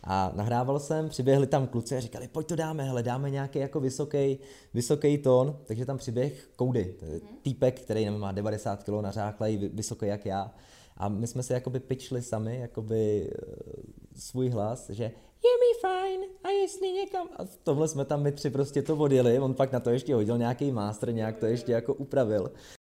A nahrával jsem, přiběhli tam kluci a říkali, pojď to dáme, hele, dáme nějaký jako vysoký tón, takže tam přiběh Koudy, týpek, který nevím, má 90 kg na řáklej, vysoký jak já. A my jsme si jakoby pitchli sami, jakoby svůj hlas, že je mi fajn a jestli někam... A tohle jsme tam my tři prostě to odjeli, on pak na to ještě hodil nějaký master, nějak to ještě jako upravil.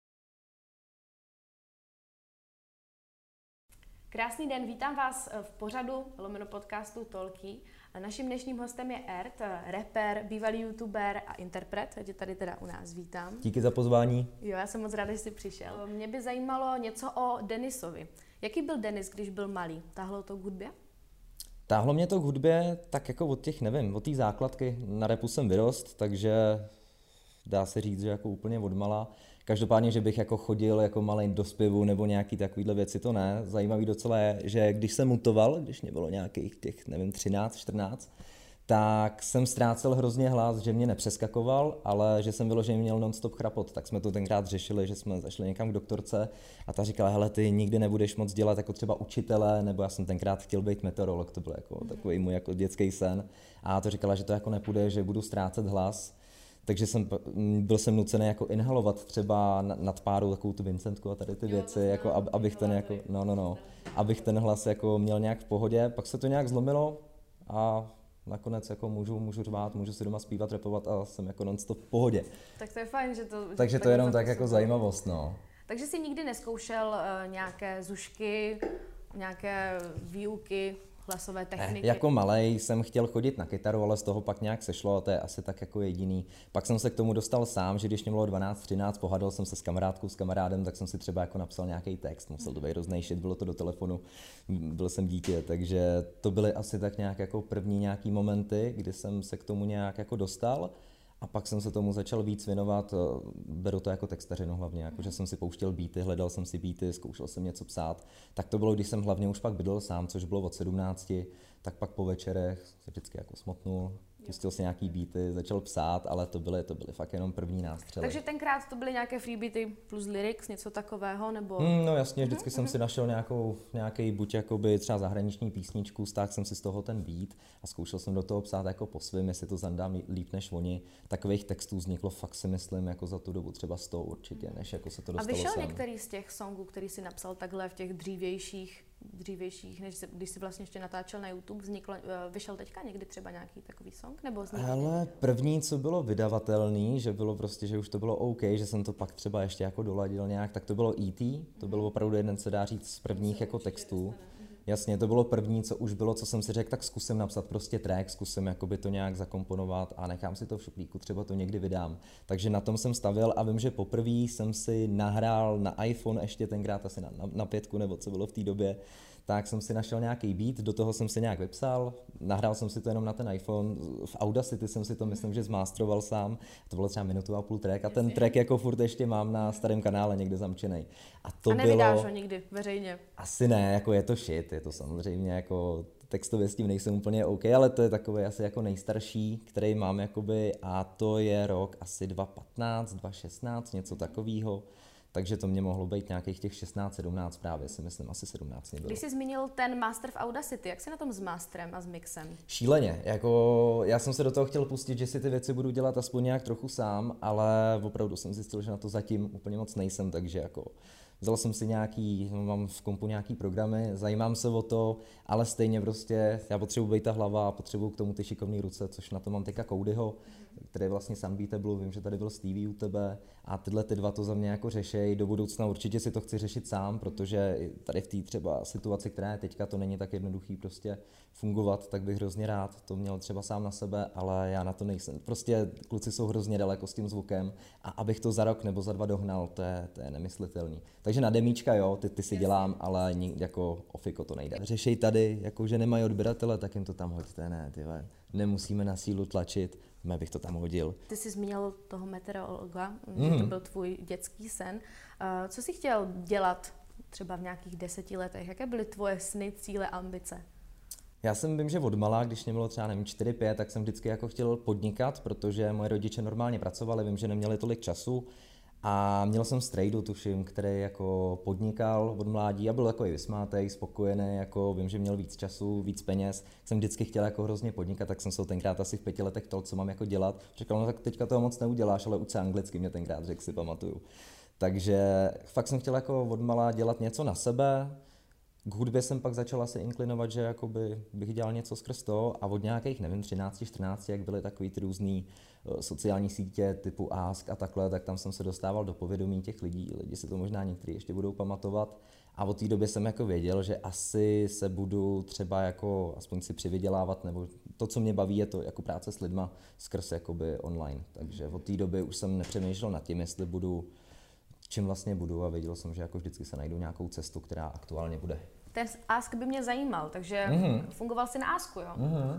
Krásný den, vítám vás v pořadu podcastu Talky. Naším dnešním hostem je Ert, rapper, bývalý youtuber a interpret, takže tady teda u nás vítám. Díky za pozvání. Jo, já jsem moc ráda, že jsi přišel. Mě by zajímalo něco o Denisovi. Jaký byl Denis, když byl malý? Táhlo to k hudbě? Táhlo mě to k hudbě tak jako od těch, nevím, od té základky. Na rapu jsem vyrost, takže dá se říct, že jako úplně odmala. Každopádně, že bych jako chodil jako malej do zpěvu nebo nějaký takovýhle věci, to ne. Zajímavý docela je, že když jsem mutoval, když mě bylo nějakých těch, nevím, 13, 14, tak jsem ztrácel hrozně hlas, že mě nepřeskakoval, ale že jsem vyloženě měl non-stop chrapot. Tak jsme to tenkrát řešili, že jsme zašli někam k doktorce a ta říkala, hele, ty nikdy nebudeš moc dělat jako třeba učitele, nebo já jsem tenkrát chtěl být meteorolog, to byl jako takový můj jako dětský sen. A to říkala, že to jako nepůjde, že budu ztrácet hlas. Takže byl jsem nucený jako inhalovat třeba nad párou takovou tu Vincentku a tady ty věci, jako abych ten jako, abych ten hlas jako měl nějak v pohodě. Pak se to nějak zlomilo a nakonec jako můžu řvát, můžu si doma zpívat, rapovat a jsem jako non-stop v pohodě. Tak to je fajn, že to... Takže to je jenom tak jako zajímavost, no. Takže jsi nikdy nezkoušel nějaké zušky, nějaké výuky, hlasové techniky? Jako malej jsem chtěl chodit na kytaru, ale z toho pak nějak sešlo a to je asi tak jako jediný. Pak jsem se k tomu dostal sám, že když mě bylo 12-13, pohádal jsem se s kamarádkou, s kamarádem, tak jsem si třeba jako napsal nějaký text, musel to být hrozný shit, bylo to do telefonu, byl jsem dítě, takže to byly asi tak nějak jako první nějaký momenty, kdy jsem se k tomu nějak jako dostal. A pak jsem se tomu začal víc věnovat, beru to jako textařinu hlavně, jako že jsem si pouštěl beaty, hledal jsem si beaty, zkoušel jsem něco psát. Tak to bylo, když jsem hlavně už pak bydlel sám, což bylo od 17, tak pak po večerech se vždycky jako smotnul, pustil si nějaký beaty, začal psát, ale to byly fakt jenom první nástřely. Takže tenkrát to byly nějaké free beaty plus lyrics, něco takového, nebo? No jasně, vždycky jsem si našel nějaký buď jakoby třeba zahraniční písničku, stáhl jsem si z toho ten beat a zkoušel jsem do toho psát jako po svým, jestli to zandám líp než oni. Takových textů vzniklo fakt si myslím jako za tu dobu třeba 100 určitě, než jako se to dostalo. A vyšel sem. některý z těch songů, který si napsal takhle v těch dřívějších, než když jsi vlastně ještě natáčel na YouTube, vyšel teďka někdy třeba nějaký takový song? Nebo hele, první, co bylo vydavatelný, že bylo prostě, že už to bylo OK, že jsem to pak třeba ještě jako doladil nějak, tak to bylo E.T., to bylo opravdu jeden, se dá říct, z prvních jako textů. Jasně, to bylo první, co už bylo, co jsem si řekl, tak zkusím napsat prostě track, zkusím jakoby to nějak zakomponovat a nechám si to v šuplíku, třeba to někdy vydám. Takže na tom jsem stavil a vím, že poprvé jsem si nahrál na iPhone, ještě tenkrát asi na 5 nebo co bylo v té době, tak jsem si našel nějaký beat, do toho jsem si nějak vypsal, nahrál jsem si to jenom na ten iPhone, v Audacity jsem si to myslím, že zmastroval sám, to bylo třeba 1,5 minuty track a ten track jako furt ještě mám na starém kanále někde zamčenej. A nevydáš ho nikdy veřejně? Asi ne, jako je to shit, je to samozřejmě jako textově s tím nejsem úplně OK, ale to je takový asi jako nejstarší, který mám jakoby a to je rok asi 2015, 2016, něco takového. Takže to mě mohlo být nějakých těch 16, 17 právě, si myslím, asi 17 nebylo. Když jsi zmínil ten master v Audacity, jak jsi na tom s masterem a s mixem? Šíleně, jako já jsem se do toho chtěl pustit, že si ty věci budu dělat aspoň nějak trochu sám, ale opravdu jsem zjistil, že na to zatím úplně moc nejsem, takže jako vzal jsem si mám v kompu nějaký programy, zajímám se o to, ale stejně prostě já potřebuji být ta hlava a potřebuji k tomu ty šikovné ruce, což na to mám teďka Koudyho, který je vlastně Sunbeatable, vím, že tady byl Stevie u tebe a tyhle ty dva to za mě jako řešej. Do budoucna určitě si to chci řešit sám, protože tady v té třeba situaci, která je teďka, to není tak jednoduchý prostě fungovat, tak bych hrozně rád to měl třeba sám na sebe, ale já na to nejsem. Prostě kluci jsou hrozně daleko s tím zvukem a abych to za rok nebo za 2 dohnal, to je nemyslitelný. Takže na demíčka jo, ty si dělám, ale jako ofiko to nejde. Řešej tady, jako že nemají odběratele, tak jim to tam hoďte, ne, tyhle. Nemusíme na sílu tlačit, já bych to tam hodil. Ty jsi zmínil toho meteorologa, že to byl tvůj dětský sen. Co jsi chtěl dělat třeba v nějakých 10 letech? Jaké byly tvoje sny, cíle, ambice? Já vím, že od malá, když mě bylo třeba 4-5, tak jsem vždycky jako chtěl podnikat, protože moje rodiče normálně pracovali, vím, že neměli tolik času A měl jsem strejdu, tuším, který jako podnikal od mládí a byl jako i vysmátej, spokojený, jako vím, že měl víc času, víc peněz. Jsem vždycky chtěl jako hrozně podnikat, tak jsem se tenkrát asi v 5 letech ptal, co mám jako dělat. Říkal, no tak teďka toho moc neuděláš, ale uč se anglicky, mě tenkrát řekl, si pamatuju. Takže fakt jsem chtěl jako odmala dělat něco na sebe. K hudbě jsem pak začal asi inklinovat, že jakoby bych dělal něco skrz to a od nějakých, nevím, 13, 14, jak byly takový ty různý sociální sítě typu Ask a takhle, tak tam jsem se dostával do povědomí těch lidí. Lidi si to možná někteří ještě budou pamatovat. A od té doby jsem jako věděl, že asi se budu třeba jako aspoň si přivydělávat, nebo to, co mě baví, je to jako práce s lidma skrz jakoby online. Takže od té doby už jsem nepřemýšlel nad tím, jestli budu, čím vlastně budu a věděl jsem, že jako vždycky se najdu nějakou cestu, která aktuálně bude. Ten Ask by mě zajímal, takže fungoval jsi na Asku, jo?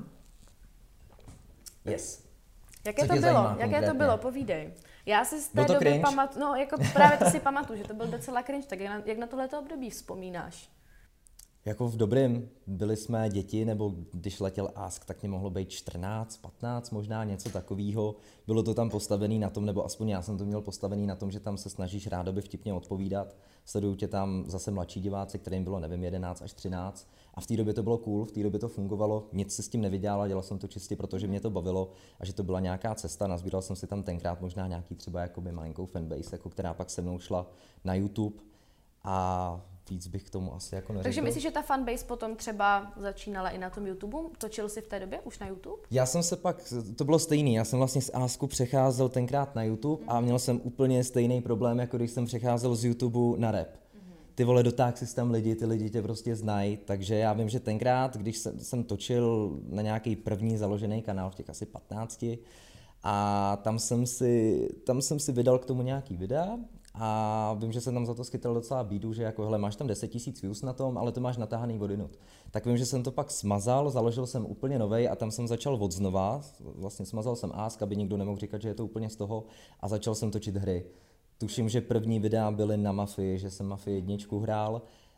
Yes. Jaké to bylo? Jaké to bylo? Povídej. Já si z té doby cringe? no jako právě to si pamatuju, že to byl docela cringe, tak jak na tohleto období vzpomínáš? Jako v dobrým, byli jsme děti, nebo když letěl Ask, tak mě mohlo být 14, 15, možná něco takového. Bylo to tam postavený na tom, nebo aspoň já jsem to měl postavený na tom, že tam se snažíš rádoby vtipně odpovídat. Sledují tě tam zase mladší diváci, kterým bylo, nevím, 11 až 13. A v té době to bylo cool, v té době to fungovalo, nic si s tím nevydělal, dělal jsem to čistě, protože mě to bavilo a že to byla nějaká cesta. Nazbíral jsem si tam tenkrát možná nějaký třeba jakoby malinkou fanbase, jako která pak se mnou šla na YouTube a víc bych k tomu asi jako neřekl. Takže myslíš, že ta fanbase potom třeba začínala i na tom YouTube? Točil jsi v té době už na YouTube? Já jsem se pak, to bylo stejný, já jsem vlastně z Asku přecházel tenkrát na YouTube a měl jsem úplně stejný problém, jako když jsem přecházel z YouTube na rap. Ty vole, dotáh si tam lidi, ty lidi tě prostě znají, takže já vím, že tenkrát, když jsem točil na nějaký první založený kanál v těch asi 15 a tam jsem si vydal k tomu nějaký videa a vím, že jsem tam za to schytal docela bídu, že jako hele, máš tam 10 000 views na tom, ale to máš natáhaný odinut. Tak vím, že jsem to pak smazal, založil jsem úplně novej a tam jsem začal od znova, vlastně smazal jsem Ask, aby nikdo nemohl říkat, že je to úplně z toho a začal jsem točit hry. Tuším, že první videa byly na Mafii, že jsem Mafii 1 hrál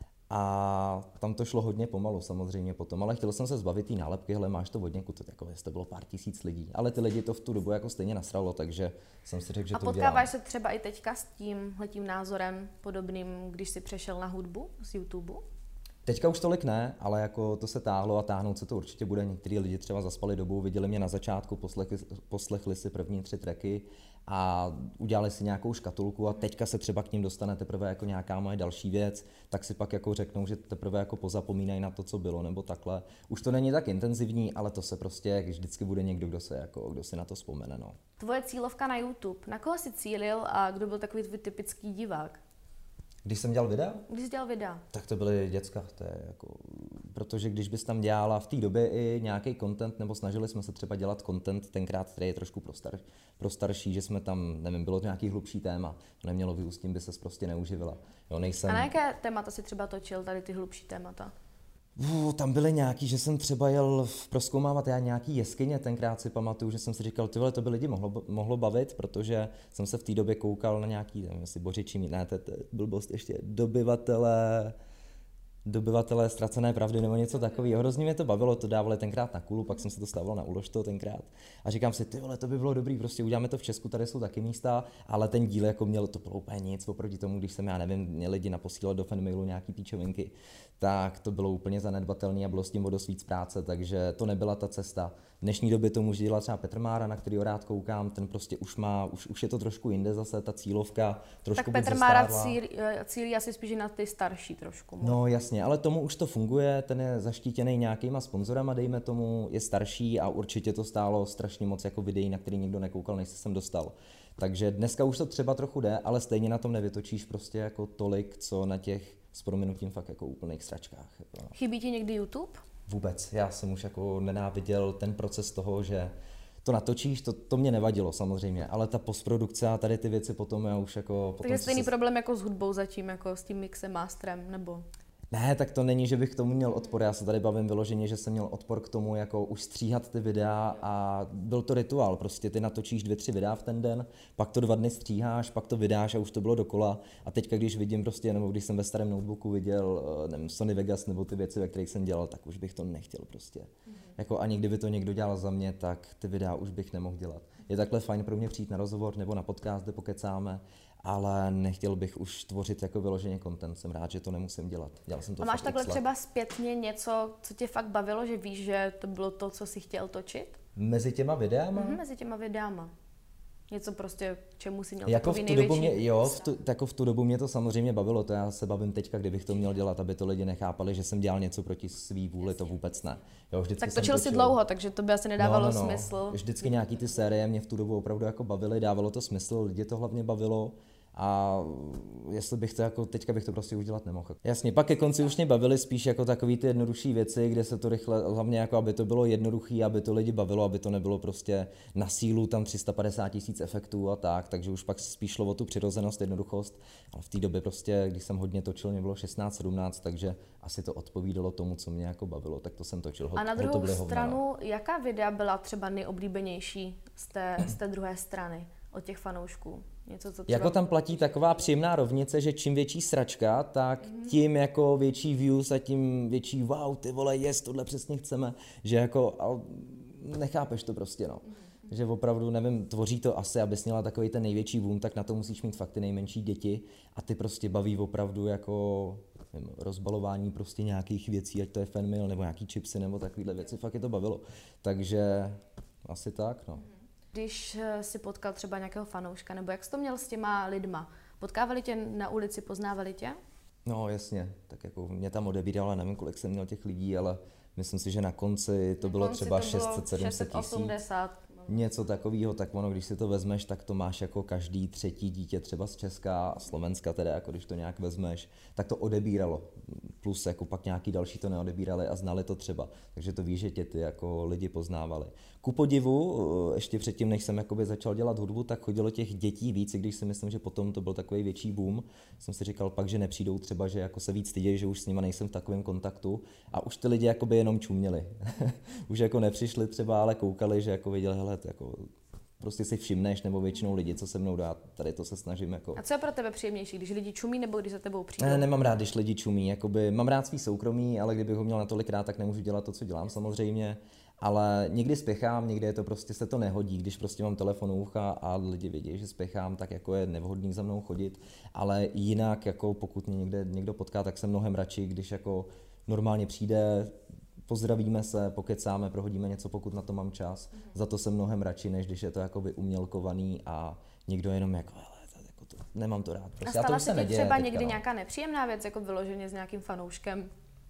a tam to šlo hodně pomalu samozřejmě potom, ale chtěl jsem se zbavit té nálepky, hele, máš to od někud, jako to bylo pár tisíc lidí, ale ty lidi to v tu dobu jako stejně nasralo, takže jsem si řekl, že to udělám. A potkáváš se třeba i teďka s tímhletím názorem podobným, když jsi přešel na hudbu z YouTube? Teďka už tolik ne, ale jako to se táhlo a táhnout se to určitě bude. Některý lidi třeba zaspali dobu, viděli mě na začátku, poslechli si první 3 tracky a udělali si nějakou škatulku a teďka se třeba k ním dostane teprve jako nějaká moje další věc, tak si pak jako řeknou, že teprve jako pozapomínají na to, co bylo, nebo takhle. Už to není tak intenzivní, ale to se prostě, když vždycky bude někdo, kdo si na to vzpomene. No. Tvoje cílovka na YouTube, na koho jsi cílil a kdo byl takový tvůj typický divák? Když jsem dělal videa? Když jsi dělal videa. Tak to byly děcka, to je jako, protože když bys tam dělala v té době i nějaký content, nebo snažili jsme se třeba dělat content tenkrát, který je trošku pro starší, že jsme tam, nevím, bylo to nějaký hlubší téma, nemělo views, tím by ses prostě neuživila. Jo, nejsem... A na jaké témata si třeba točil tady ty hlubší témata? Tam byly nějaký, že jsem třeba jel prozkoumávat já nějaký jeskyně, tenkrát si pamatuju, že jsem si říkal, ty vole, to by lidi mohlo bavit, protože jsem se v té době koukal na nějaký, nevím, jestli Bořičí, ne, to je blbost ještě, dobyvatelé ztracené pravdy nebo něco takového. Hrozně mě to bavilo, to dávali tenkrát na Kulu, pak jsem se to stával na Uložto tenkrát. A říkám si, ty vole, to by bylo dobrý, prostě uděláme to v Česku, tady jsou taky místa, ale ten díl jako měl to bylo úplně nic oproti tomu, když jsem, já nevím, mě lidi naposílali do fanmailu nějaký píčovinky, tak to bylo úplně zanedbatelné a bylo s tím o dost víc práce, takže to nebyla ta cesta. V dnešní době to může dělat třeba Petr Mára, na kterýho rád koukám, ten prostě už je to trošku jinde zase, ta cílovka trošku tak Petr Mára cílí asi spíš na ty starší trošku. No jasně, ale tomu už to funguje, ten je zaštítěný nějakýma sponzorama, dejme tomu, je starší a určitě to stálo strašně moc jako videí, na který nikdo nekoukal, než se sem dostal. Takže dneska už to třeba trochu jde, ale stejně na tom nevytočíš prostě jako tolik, co na těch s prominutím fakt jako úplných sračkách. Jako. Chybí ti někdy YouTube? Vůbec, já jsem už jako nenáviděl ten proces toho, že to natočíš, to mě nevadilo samozřejmě, ale ta postprodukce a tady ty věci potom já už jako... Takže stejný problém jako s hudbou zatím, jako s tím mixem, masterem, nebo... Ne, tak to není, že bych k tomu měl odpor, já se tady bavím vyloženě, že jsem měl odpor k tomu jako už stříhat ty videa a byl to rituál, prostě ty natočíš 2-3 videa v ten den, pak to 2 dny stříháš, pak to vydáš a už to bylo dokola a teďka když vidím prostě, nebo když jsem ve starém notebooku viděl, nevím, Sony Vegas nebo ty věci, ve kterých jsem dělal, tak už bych to nechtěl prostě. Jako ani kdyby to někdo dělal za mě, tak ty videa už bych nemohl dělat. Je takhle fajn pro mě přijít na rozhovor nebo na podcast, kde pokecáme ale nechtěl bych už tvořit jako vyloženě content, jsem rád, že to nemusím dělat. Dělal jsem to A máš fakt takhle x let. třeba zpětně něco, co tě fakt bavilo, že víš, že to bylo to, co jsi chtěl točit? Mezi těma videama? Mezi těma videama. Něco prostě, k čemu si měl Jako v takový tu dobu největší v tu dobu mě to samozřejmě bavilo, to já se bavím teďka, kdybych to měl dělat, aby to lidi nechápali, že jsem dělal něco proti svý vůli, to vůbec ne. Jo, Tak točil si dlouho, takže to by asi nedávalo smysl. Vždycky nějaký ty série mě v tu dobu opravdu jako bavily, dávalo to smysl, lidi to hlavně bavilo. A jestli bych to jako, teďka bych to prostě udělat nemohl. Jasně, pak ke konci už mě bavily spíš jako takový ty jednodušší věci, kde se to rychle, hlavně jako aby to bylo jednoduchý, aby to lidi bavilo, aby to nebylo prostě na sílu tam 350 000 efektů a tak, takže už pak spíš šlo o tu přirozenost, jednoduchost, ale v té době prostě, když jsem hodně točil, mě bylo 16-17, takže asi to odpovídalo tomu, co mě jako bavilo, tak to jsem točil. A na druhou stranu, jaká videa byla třeba nejoblíbenější z té druhé strany od těch fanoušků? Něco, co třeba... Jako tam platí taková příjemná rovnice, že čím větší sračka, tak tím jako větší views a tím větší wow, ty vole, tohle přesně chceme, že jako nechápeš to prostě, no. Že opravdu, nevím, tvoří to asi, abys měla takový ten největší boom, tak na to musíš mít fakt ty nejmenší děti a ty prostě baví opravdu jako nevím, rozbalování prostě nějakých věcí, ať to je fanmail nebo nějaký chipsy nebo takovýhle věci, fakt je to bavilo. Takže asi tak, no. Když si potkal třeba nějakého fanouška, nebo jak jsi to měl s těma lidma? Potkávali tě na ulici, poznávali tě? No jasně, tak jako mě tam odebíralo, nevím, kolik jsem měl těch lidí, ale myslím si, že na konci to bylo třeba 600-700 tisíc. Něco takového, tak ono, když si to vezmeš, tak to máš jako každý třetí dítě třeba z Česka a Slovenska, teda jako když to nějak vezmeš, tak to odebíralo. Plus jako pak nějaký další to neodebírali a znali to třeba. Takže to víš, že tě ty jako lidi poznávali. Ku podivu, ještě předtím, než jsem jakoby začal dělat hudbu, tak chodilo těch dětí víc, i když si myslím, že potom to byl takový větší boom. Jsem si říkal pak, že nepřijdou třeba, že jako se víc stydějí, že už s nima nejsem v takovém kontaktu a už ty lidi jakoby jenom čuměli. Už jako nepřišli třeba, ale koukali, že jako viděli, hele, jako prostě si všimneš, nebo většinou lidi, co se mnou dá, tady to se snažím jako... A co je pro tebe příjemnější, když lidi čumí nebo když za tebou přijdou? Ne, nemám rád, když lidi čumí, jakoby, mám rád svý soukromí, ale kdybych ho měl natolikrát, tak nemůžu dělat to, co dělám samozřejmě, ale někdy spěchám, někdy je to prostě se to nehodí, když prostě mám telefon u ucha a lidi vidí, že spěchám, tak jako je nevhodný za mnou chodit, ale jinak jako pokud mě někdo potká, tak jsem mnohem radši, když jako normálně přijde, pozdravíme se, pokecáme, prohodíme něco, pokud na to mám čas. Za to jsem mnohem radši, než když je to jakoby umělkovaný a někdo jenom jako, nemám to rád. Prostě. A stala se ti třeba někdy no. nějaká nepříjemná věc, jako vyloženě s nějakým fanouškem?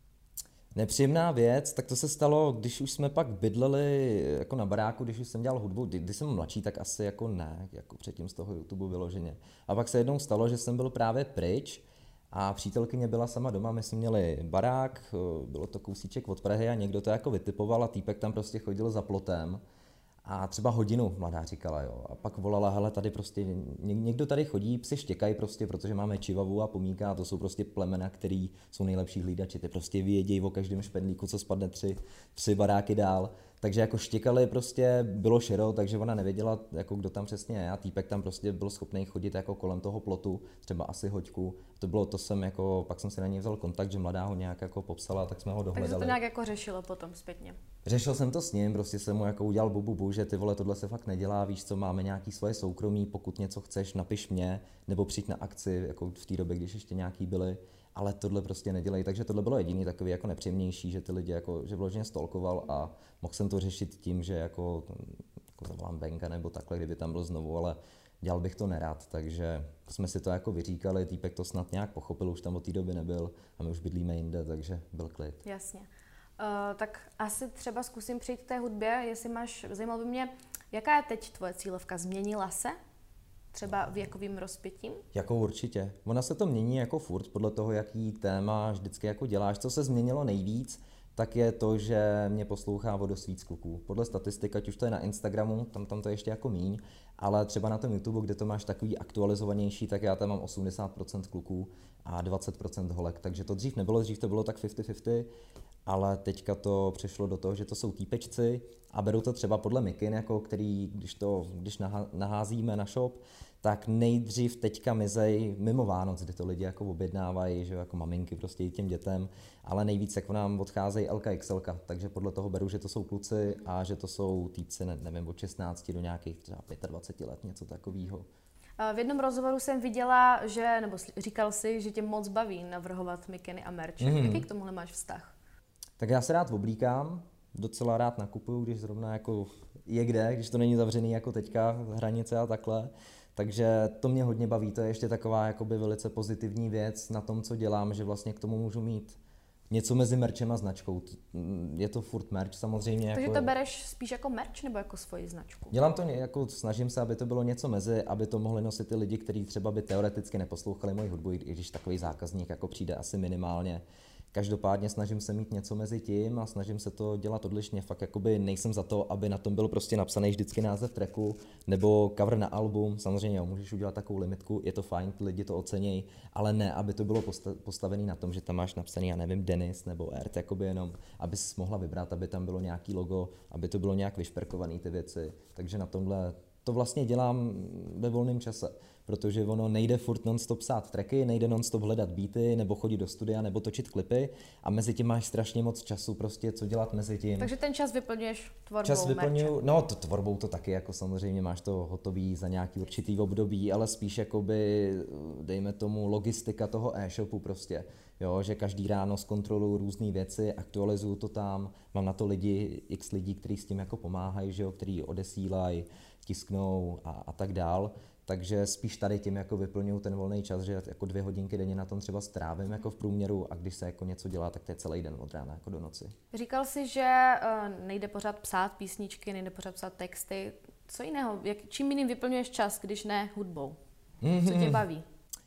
Nepříjemná věc, tak to se stalo, když už jsme pak bydleli jako na baráku, když už jsem dělal hudbu, když jsem mladší, tak asi jako ne, jako předtím z toho YouTube vyloženě. A pak se jednou stalo, že jsem byl právě pryč a přítelkyně byla sama doma, my jsme měli barák, bylo to kousíček od Prahy a někdo to jako vytipoval a týpek tam prostě chodil za plotem. A třeba hodinu, mladá říkala, jo. A pak volala, hele, tady prostě někdo tady chodí, psi štěkají prostě, protože máme čivavu a pomíka a to jsou prostě plemena, který jsou nejlepší hlídači. Ty prostě vědějí o každém špendlíku, co spadne tři baráky dál. Takže jako štěkali prostě, bylo šero, takže ona nevěděla, jako kdo tam přesně je. A týpek tam prostě byl schopný chodit jako kolem toho plotu, třeba asi hoďku. Pak jsem si na něj vzal kontakt, že mladá ho nějak jako popsala, tak jsme ho dohledali. Takže to nějak jako řešilo potom zpětně. Řešil jsem to s ním, prostě jsem mu jako udělal bubu, že ty vole, tohle se fakt nedělá, víš co, máme nějaký svoje soukromí, pokud něco chceš, napiš mě, nebo přijď na akci, jako v té době, když ještě nějaký byli, ale tohle prostě nedělej, takže tohle bylo jediný takový jako nepříjemnější, že ty lidi jako, že vložně stalkoval a mohl jsem to řešit tím, že jako zavolám Benka nebo takhle, kdyby tam byl znovu, ale dělal bych to nerad, takže jsme si to jako vyříkali, týpek to snad nějak pochopil, už tam od té doby nebyl a my už bydlíme jinde, takže byl klid. Jasně. Tak asi třeba zkusím přijít k té hudbě, jestli zajímalo by mě, jaká je teď tvoje cílovka, změnila se? Třeba věkovým rozpětím? Jako určitě. Ona se to mění jako furt, podle toho, jaký téma vždycky jako děláš. Co se změnilo nejvíc, tak je to, že mě poslouchá o dost víc kluků. Podle statistik, ať už to je na Instagramu, tam to je ještě jako míň, ale třeba na tom YouTube, kde to máš takový aktualizovanější, tak já tam mám 80% kluků a 20% holek. Takže to dřív nebylo, dřív to bylo tak 50-50, ale teďka to přešlo do toho, že to jsou týpečci a berou to třeba podle mikin, jako který, když naházíme na shop, tak nejdřív teďka mizej mimo Vánoc, kde to lidi jako objednávají, že jako maminky prostě i těm dětem, ale nejvíc jako nám odcházejí LK XLka, takže podle toho beru, že to jsou kluci a že to jsou týpci, nevím, od 16 do nějakých třeba 25 let, něco takového. V jednom rozhovoru jsem viděla, nebo říkal si, že tě moc baví navrhovat mikiny a merch. Jaký k tomuhle máš vztah? Tak já se rád oblíkám, docela rád nakupuju, když zrovna jako je kde, když to není zavřený jako teďka, hranice a takhle. Takže to mě hodně baví, to je ještě taková jakoby velice pozitivní věc na tom, co dělám, že vlastně k tomu můžu mít něco mezi merchem a značkou. Je to furt merch samozřejmě. Takže to bereš spíš jako merch nebo jako svoji značku? Dělám to jako, snažím se, aby to bylo něco mezi, aby to mohli nosit ty lidi, kteří třeba by teoreticky neposlouchali moji hudbu, i když takový zákazník jako přijde asi minimálně. Každopádně snažím se mít něco mezi tím a snažím se to dělat odlišně. Fakt jakoby nejsem za to, aby na tom byl prostě napsaný vždycky název tracku nebo cover na album. Samozřejmě jo, můžeš udělat takovou limitku, je to fajn, ty lidi to ocenějí, ale ne, aby to bylo postavené na tom, že tam máš napsaný, já nevím, Dennis nebo Ert, jakoby jenom, aby jsi mohla vybrat, aby tam bylo nějaký logo, aby to bylo nějak vyšperkované ty věci. Takže na tomhle to vlastně dělám ve volném čase, protože ono nejde furt non-stop psát tracky, nejde non-stop hledat beaty, nebo chodit do studia, nebo točit klipy a mezi tím máš strašně moc času prostě, co dělat mezi tím. Takže ten čas vyplňuješ tvorbou Čas vyplňuju, no tvorbou to taky, jako samozřejmě máš to hotový za nějaký určitý období, ale spíš jakoby, dejme tomu, logistika toho e-shopu prostě. Jo, že každý ráno zkontroluju různé věci, aktualizuju to tam, mám na to x lidí, kteří s tím jako pomáhají, že jo, kteří odesílají, tisknou a tak dál. Takže spíš tady tím jako vyplňuju ten volný čas, že jako 2 hodinky denně na tom třeba strávím jako v průměru a když se jako něco dělá, tak to je celý den od rána jako do noci. Říkal jsi, že nejde pořád psát písničky, nejde pořád psát texty. Co jiného? Čím jiným vyplňuješ čas, když ne hudbou? Co tě baví?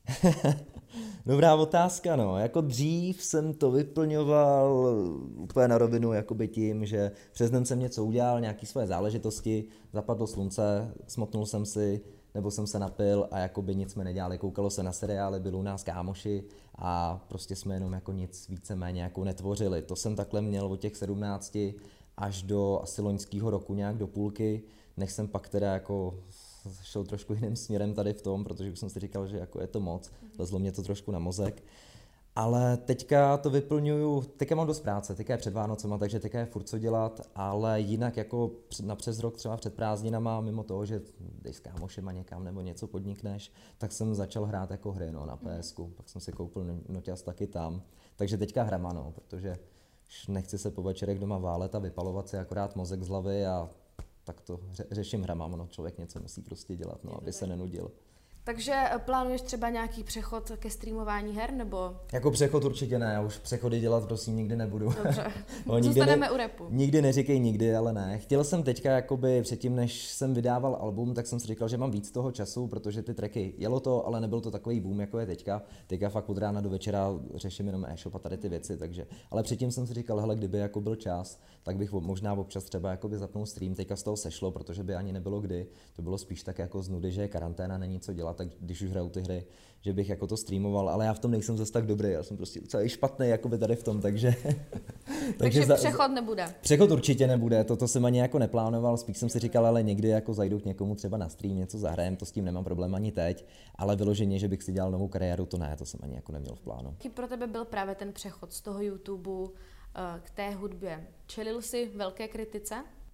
Dobrá otázka, no. Jako dřív jsem to vyplňoval úplně na rovinu jakoby tím, že přes den jsem něco udělal, nějaké své záležitosti, zapadlo slunce, smotnul jsem si, nebo jsem se napil a jakoby nic jsme nedělali. Koukalo se na seriály, byli u nás kámoši a prostě jsme jenom jako nic víceméně jako netvořili. To jsem takhle měl od těch 17 až do asi loňského roku, nějak do půlky, než jsem pak teda jako šel trošku jiným směrem tady v tom, protože už jsem si říkal, že jako je to moc, lezlo mě to trošku na mozek. Ale teďka to vyplňuju, teďka mám dost práce, teďka je před Vánocema, takže teďka je furt co dělat, ale jinak jako na přes rok třeba před prázdninama, mimo toho, že jdeš s kámošema někam nebo něco podnikneš, tak jsem začal hrát jako hry no, na PSku, pak jsem si koupil noťaz taky tam, takže teďka hrama, no, protože nechci se po večerech doma válet a vypalovat si akorát mozek z hlavy a tak to řeším hrama, no, člověk něco musí prostě dělat, no, aby se nenudil. Takže plánuješ třeba nějaký přechod ke streamování her, nebo? Jako přechod určitě ne, já už přechody dělat prosím nikdy nebudu. Dobře, zůstaneme u rapu. Nikdy neříkej nikdy, ale ne. Chtěl jsem teďka jakoby předtím, než jsem vydával album, tak jsem si říkal, že mám víc toho času, protože ty tracky, jelo to, ale nebyl to takový boom, jako je teďka. Teďka fakt od rána do večera řeším jenom e-shop a tady ty věci, takže. Ale předtím jsem si říkal, hele, kdyby jako byl čas, tak bych možná občas třeba jakoby zapnul stream, teďka z toho sešlo, protože by ani nebylo kdy. To bylo spíš tak jako z nudy, že je karanténa, není co dělat, tak když už hraju ty hry, že bych jako to streamoval, ale já v tom nejsem zase tak dobrý, já jsem prostě docela špatný jakoby tady v tom, takže... takže přechod nebude. Přechod určitě nebude, to jsem ani jako neplánoval, spíš jsem si říkal, ale někdy jako zajdu k někomu třeba na stream, něco zahrajem, to s tím nemám problém ani teď, ale vyloženě, že bych si dělal novou kariéru, to ne, to jsem ani jako neměl v plánu. Jaký pro tebe byl právě ten přechod z toho YouTube k té hudbě? Čelil jsi velké kritice?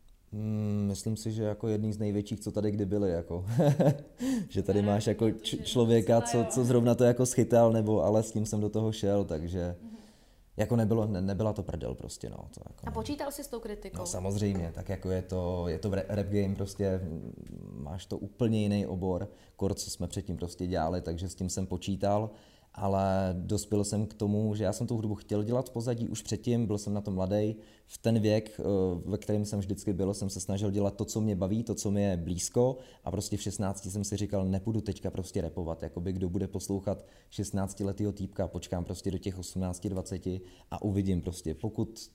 Myslím si, že jako jedný z největších, co tady kdy byli, jako. Že tady máš jako člověka, co zrovna to jako schytal, nebo ale s ním jsem do toho šel, takže jako nebyla to prdel prostě, no. To jako a počítal jsi s tou kritikou? No samozřejmě, tak jako je to rap game prostě, máš to úplně jiný obor, co jsme předtím prostě dělali, takže s tím jsem počítal. Ale dospěl jsem k tomu, že já jsem tu hudbu chtěl dělat v pozadí už předtím, byl jsem na to mladý. V ten věk, ve kterém jsem vždycky byl, jsem se snažil dělat to, co mě baví, to, co mi je blízko a prostě v 16 jsem si říkal, nepůjdu teďka prostě rapovat, jakoby kdo bude poslouchat 16letýho týpka, počkám prostě do těch 18, 20 a uvidím prostě, pokud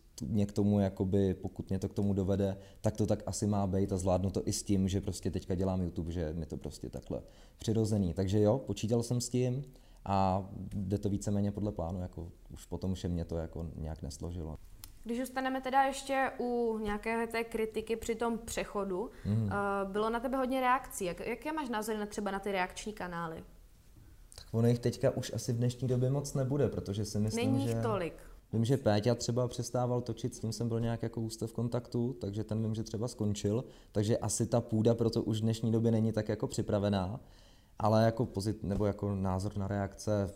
mě to k tomu dovede, tak to tak asi má být a zvládnu to i s tím, že prostě teďka dělám YouTube, že mi to prostě takhle přirozený. Takže jo, počítal jsem s tím. A jde to víceméně podle plánu, jako už potom vše mě to jako nějak nesložilo. Když zůstaneme teda ještě u nějaké té kritiky při tom přechodu, bylo na tebe hodně reakcí. Jaké máš názory třeba na ty reakční kanály? Tak ono jich teďka už asi v dnešní době moc nebude, protože si myslím, není jich tolik. Vím, že Péťa třeba přestával točit, s tím jsem byl nějak jako úzce v kontaktu, takže ten vím, že třeba skončil, takže asi ta půda pro to už v dnešní době není tak jako připravená. ale jako nebo jako názor na reakce,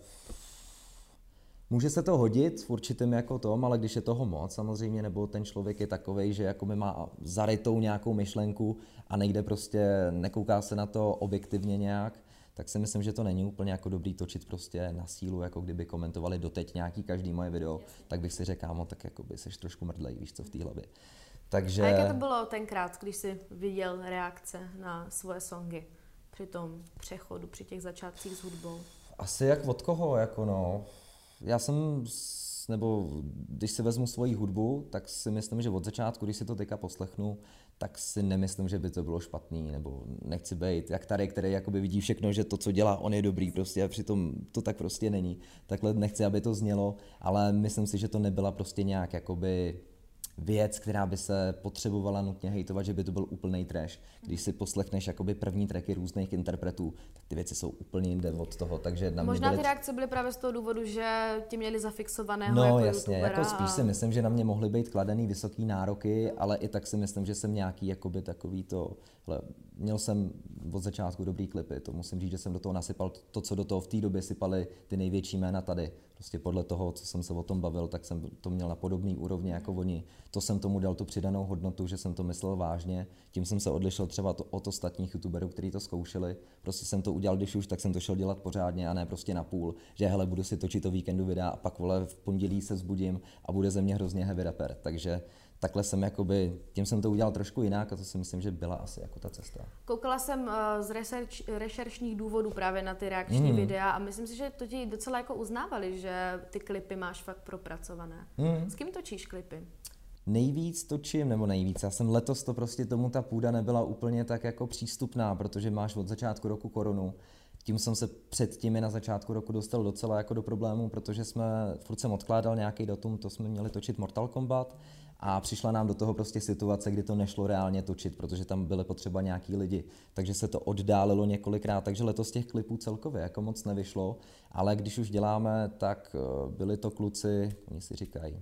může se to hodit v určitém jako tom, ale když je toho moc samozřejmě, nebo ten člověk je takovej, že jako má zarytou nějakou myšlenku a nejde prostě, nekouká se na to objektivně nějak, tak si myslím, že to není úplně jako dobrý točit prostě na sílu, jako kdyby komentovali doteď nějaký každý moje video, tak bych si řekl, kámo, tak jako by seš trošku mrdlej, víš co, v té hlavě. Takže... A jaké to bylo tenkrát, když jsi viděl reakce na svoje songy při tom přechodu, při těch začátcích s hudbou? Asi jak od koho, jako no. Já jsem, nebo když si vezmu svoji hudbu, tak si myslím, že od začátku, když si to teďka poslechnu, tak si nemyslím, že by to bylo špatný, nebo nechci být jak tady, který jakoby vidí všechno, že to, co dělá, on je dobrý prostě a přitom to tak prostě není. Takhle nechci, aby to znělo, ale myslím si, že to nebyla prostě nějak jakoby věc, která by se potřebovala nutně hejtovat, že by to byl úplný trash. Když si poslechneš jakoby první tracky různých interpretů, tak ty věci jsou úplně jinde od toho, takže na mě možná ty reakce byly právě z toho důvodu, že ti měli zafixovaného no, jako jasně, youtubera. jako spíš si myslím, že na mě mohly být kladený vysoký nároky, ale i tak si myslím, že jsem nějaký jakoby takový to, měl jsem od začátku dobrý klipy, to musím říct, že jsem do toho nasypal to, co do toho v té době sypali ty největší jména tady. Prostě podle toho, co jsem se o tom bavil, tak jsem to měl na podobný úrovni jako oni. To jsem tomu dal tu přidanou hodnotu, že jsem to myslel vážně. Tím jsem se odlišil třeba od ostatních youtuberů, kteří to zkoušeli. Prostě jsem to udělal, když už, tak jsem to šel dělat pořádně a ne prostě na půl. Že hele, budu si točit o víkendu videa a pak vole v pondělí se vzbudím a bude ze mě hrozně heavy rapper. Takže takhle jsem jakoby, tím jsem to udělal trošku jinak a to si myslím, že byla asi jako ta cesta. Koukala jsem z rešeršních důvodů právě na ty reakční videa a myslím si, že to ti docela jako uznávali, že ty klipy máš fakt propracované. S kým točíš klipy? Nejvíc točím, nebo nejvíc, já jsem letos to prostě tomu ta půda nebyla úplně tak jako přístupná, protože máš od začátku roku koronu. Tím jsem se předtím na začátku roku dostal docela jako do problémů, protože furt jsem odkládal nějaký datum, to jsme měli točit Mortal Kombat a přišla nám do toho prostě situace, kdy to nešlo reálně točit, protože tam byly potřeba nějaký lidi, takže se to oddálilo několikrát, takže letos těch klipů celkově jako moc nevyšlo, ale když už děláme, tak byli to kluci, oni si říkají,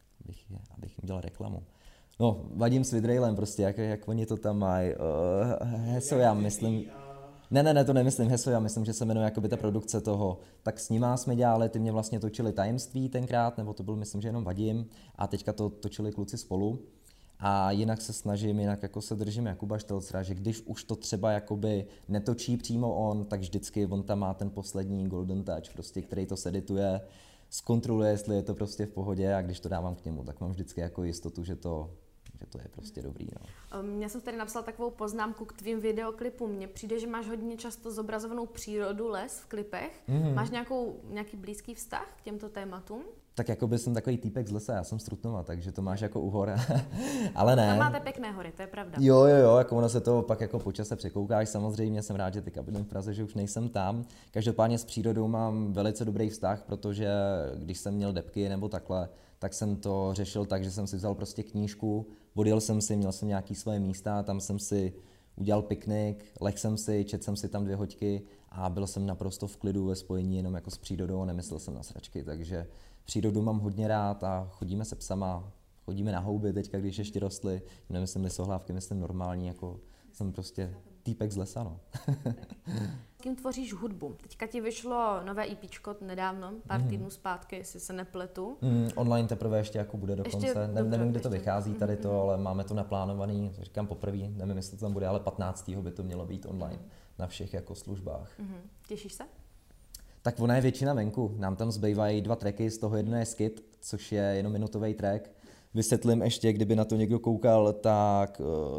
abych jim dělal reklamu. No, Vadim s Vidrailem prostě, jak oni to tam mají, Heso, já myslím, ne, to nemyslím Heso, já myslím, že se jmenuje jakoby ta produkce toho, tak s nima jsme dělali, ty mě vlastně točili Tajemství tenkrát, nebo to byl myslím, že jenom Vadim a teďka to točili kluci spolu a jinak se snažím, jinak jako se držím Jakuba Štelcera, že když už to třeba jakoby netočí přímo on, tak vždycky on tam má ten poslední golden touch, prostě, který to sedituje, zkontroluje, jestli je to prostě v pohodě a když to dávám k němu, tak mám vždycky jako jistotu, že to je prostě dobrý. No. Já jsem tady napsala takovou poznámku k tvým videoklipům. Mně přijde, že máš hodně často zobrazovanou přírodu, les v klipech. Máš nějaký blízký vztah k těmto tématům? Tak jako by jsem takový týpek z lesa, já jsem z Trutnova, takže to máš jako u hor, ale ne. Tam máte pěkné hory, to je pravda. Jo, jako ono se to pak jako po čase překoukáš, samozřejmě jsem rád, že teďka bydlím v Praze, že už nejsem tam. Každopádně s přírodou mám velice dobrý vztah, protože když jsem měl depky nebo takhle, tak jsem to řešil tak, že jsem si vzal prostě knížku, odjel jsem si, měl jsem nějaký svoje místa, tam jsem si udělal piknik, lehl jsem si, četl jsem si tam 2 hoďky a byl jsem naprosto v klidu ve spojení jenom jako s přírodou a nemyslel jsem na sračky, takže přírodu mám hodně rád a chodíme se psama, chodíme na houby teďka, když ještě rostly, nemyslím lisohlávky, myslím normální, jako jsem prostě týpek z lesa, no. S kým tvoříš hudbu? Teďka ti vyšlo nové EPčko nedávno, pár týdnů zpátky, jestli se nepletu. Online teprve ještě jako bude dokonce, nevím, kdy to vychází tady to, ale máme to naplánovaný, říkám poprvé, nevím, jestli to tam bude, ale 15. by to mělo být online na všech jako službách. Těšíš se? Tak ona je většina venku, nám tam zbývají 2 tracky, z toho jeden je skit, což je jenom minutový track. Vysvětlím ještě, kdyby na to někdo koukal, tak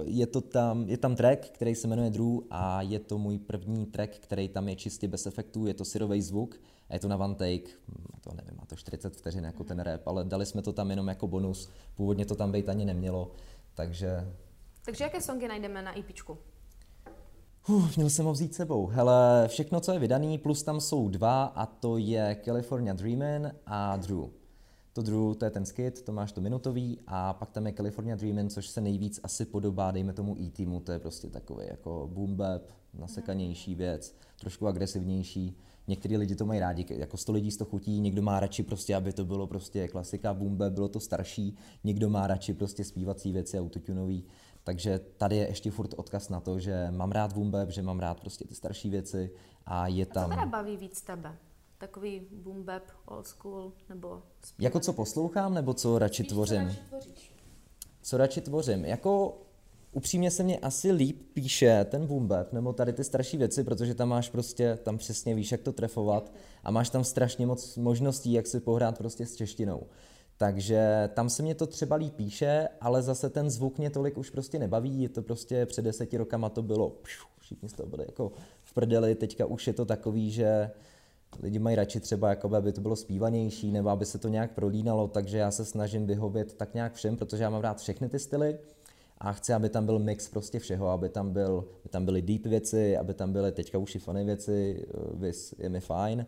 je tam track, který se jmenuje Drew a je to můj první track, který tam je čistě bez efektů, je to syrový zvuk a je to na one take, to nevím, má to 40 vteřin jako ten rap, ale dali jsme to tam jenom jako bonus, původně to tam být ani nemělo, takže... Takže jaké songy najdeme na EPčku? Měl jsem ho vzít sebou. Hele, všechno, co je vydaný, plus tam jsou 2 a to je California Dreamin' a Drew. To Drew, to je ten skit, to máš to minutový a pak tam je California Dreamin', což se nejvíc asi podobá, dejme tomu E-teamu, to je prostě takový jako boom bap, nasekanější věc, trošku agresivnější. Některý lidi to mají rádi, jako 100 lidí z toho chutí, někdo má radši prostě, aby to bylo prostě klasika boom bap, bylo to starší, někdo má radši prostě zpívací věci, autotunový. Takže tady je ještě furt odkaz na to, že mám rád boom bap, že mám rád prostě ty starší věci a je tam... A co teda baví víc tebe? Takový boom bap, old school, nebo... Jako co poslouchám, nebo co radši tvořím? Co radši tvořím? Jako upřímně se mě asi líp píše ten boom bap, nebo tady ty starší věci, protože tam máš prostě, tam přesně víš, jak to trefovat a máš tam strašně moc možností, jak si pohrát prostě s češtinou. Takže tam se mě to třeba líp píše, ale zase ten zvuk mě tolik už prostě nebaví, je to prostě před 10 rokama to bylo, všichni z toho byli jako v prdeli, teďka už je to takový, že lidi mají radši třeba, jako aby to bylo zpívanější, nebo aby se to nějak prolínalo, takže já se snažím vyhovět tak nějak všem, protože já mám rád všechny ty styly a chci, aby tam byl mix prostě všeho, aby tam byly deep věci, aby tam byly teďka už i funny věci, je mi fajn.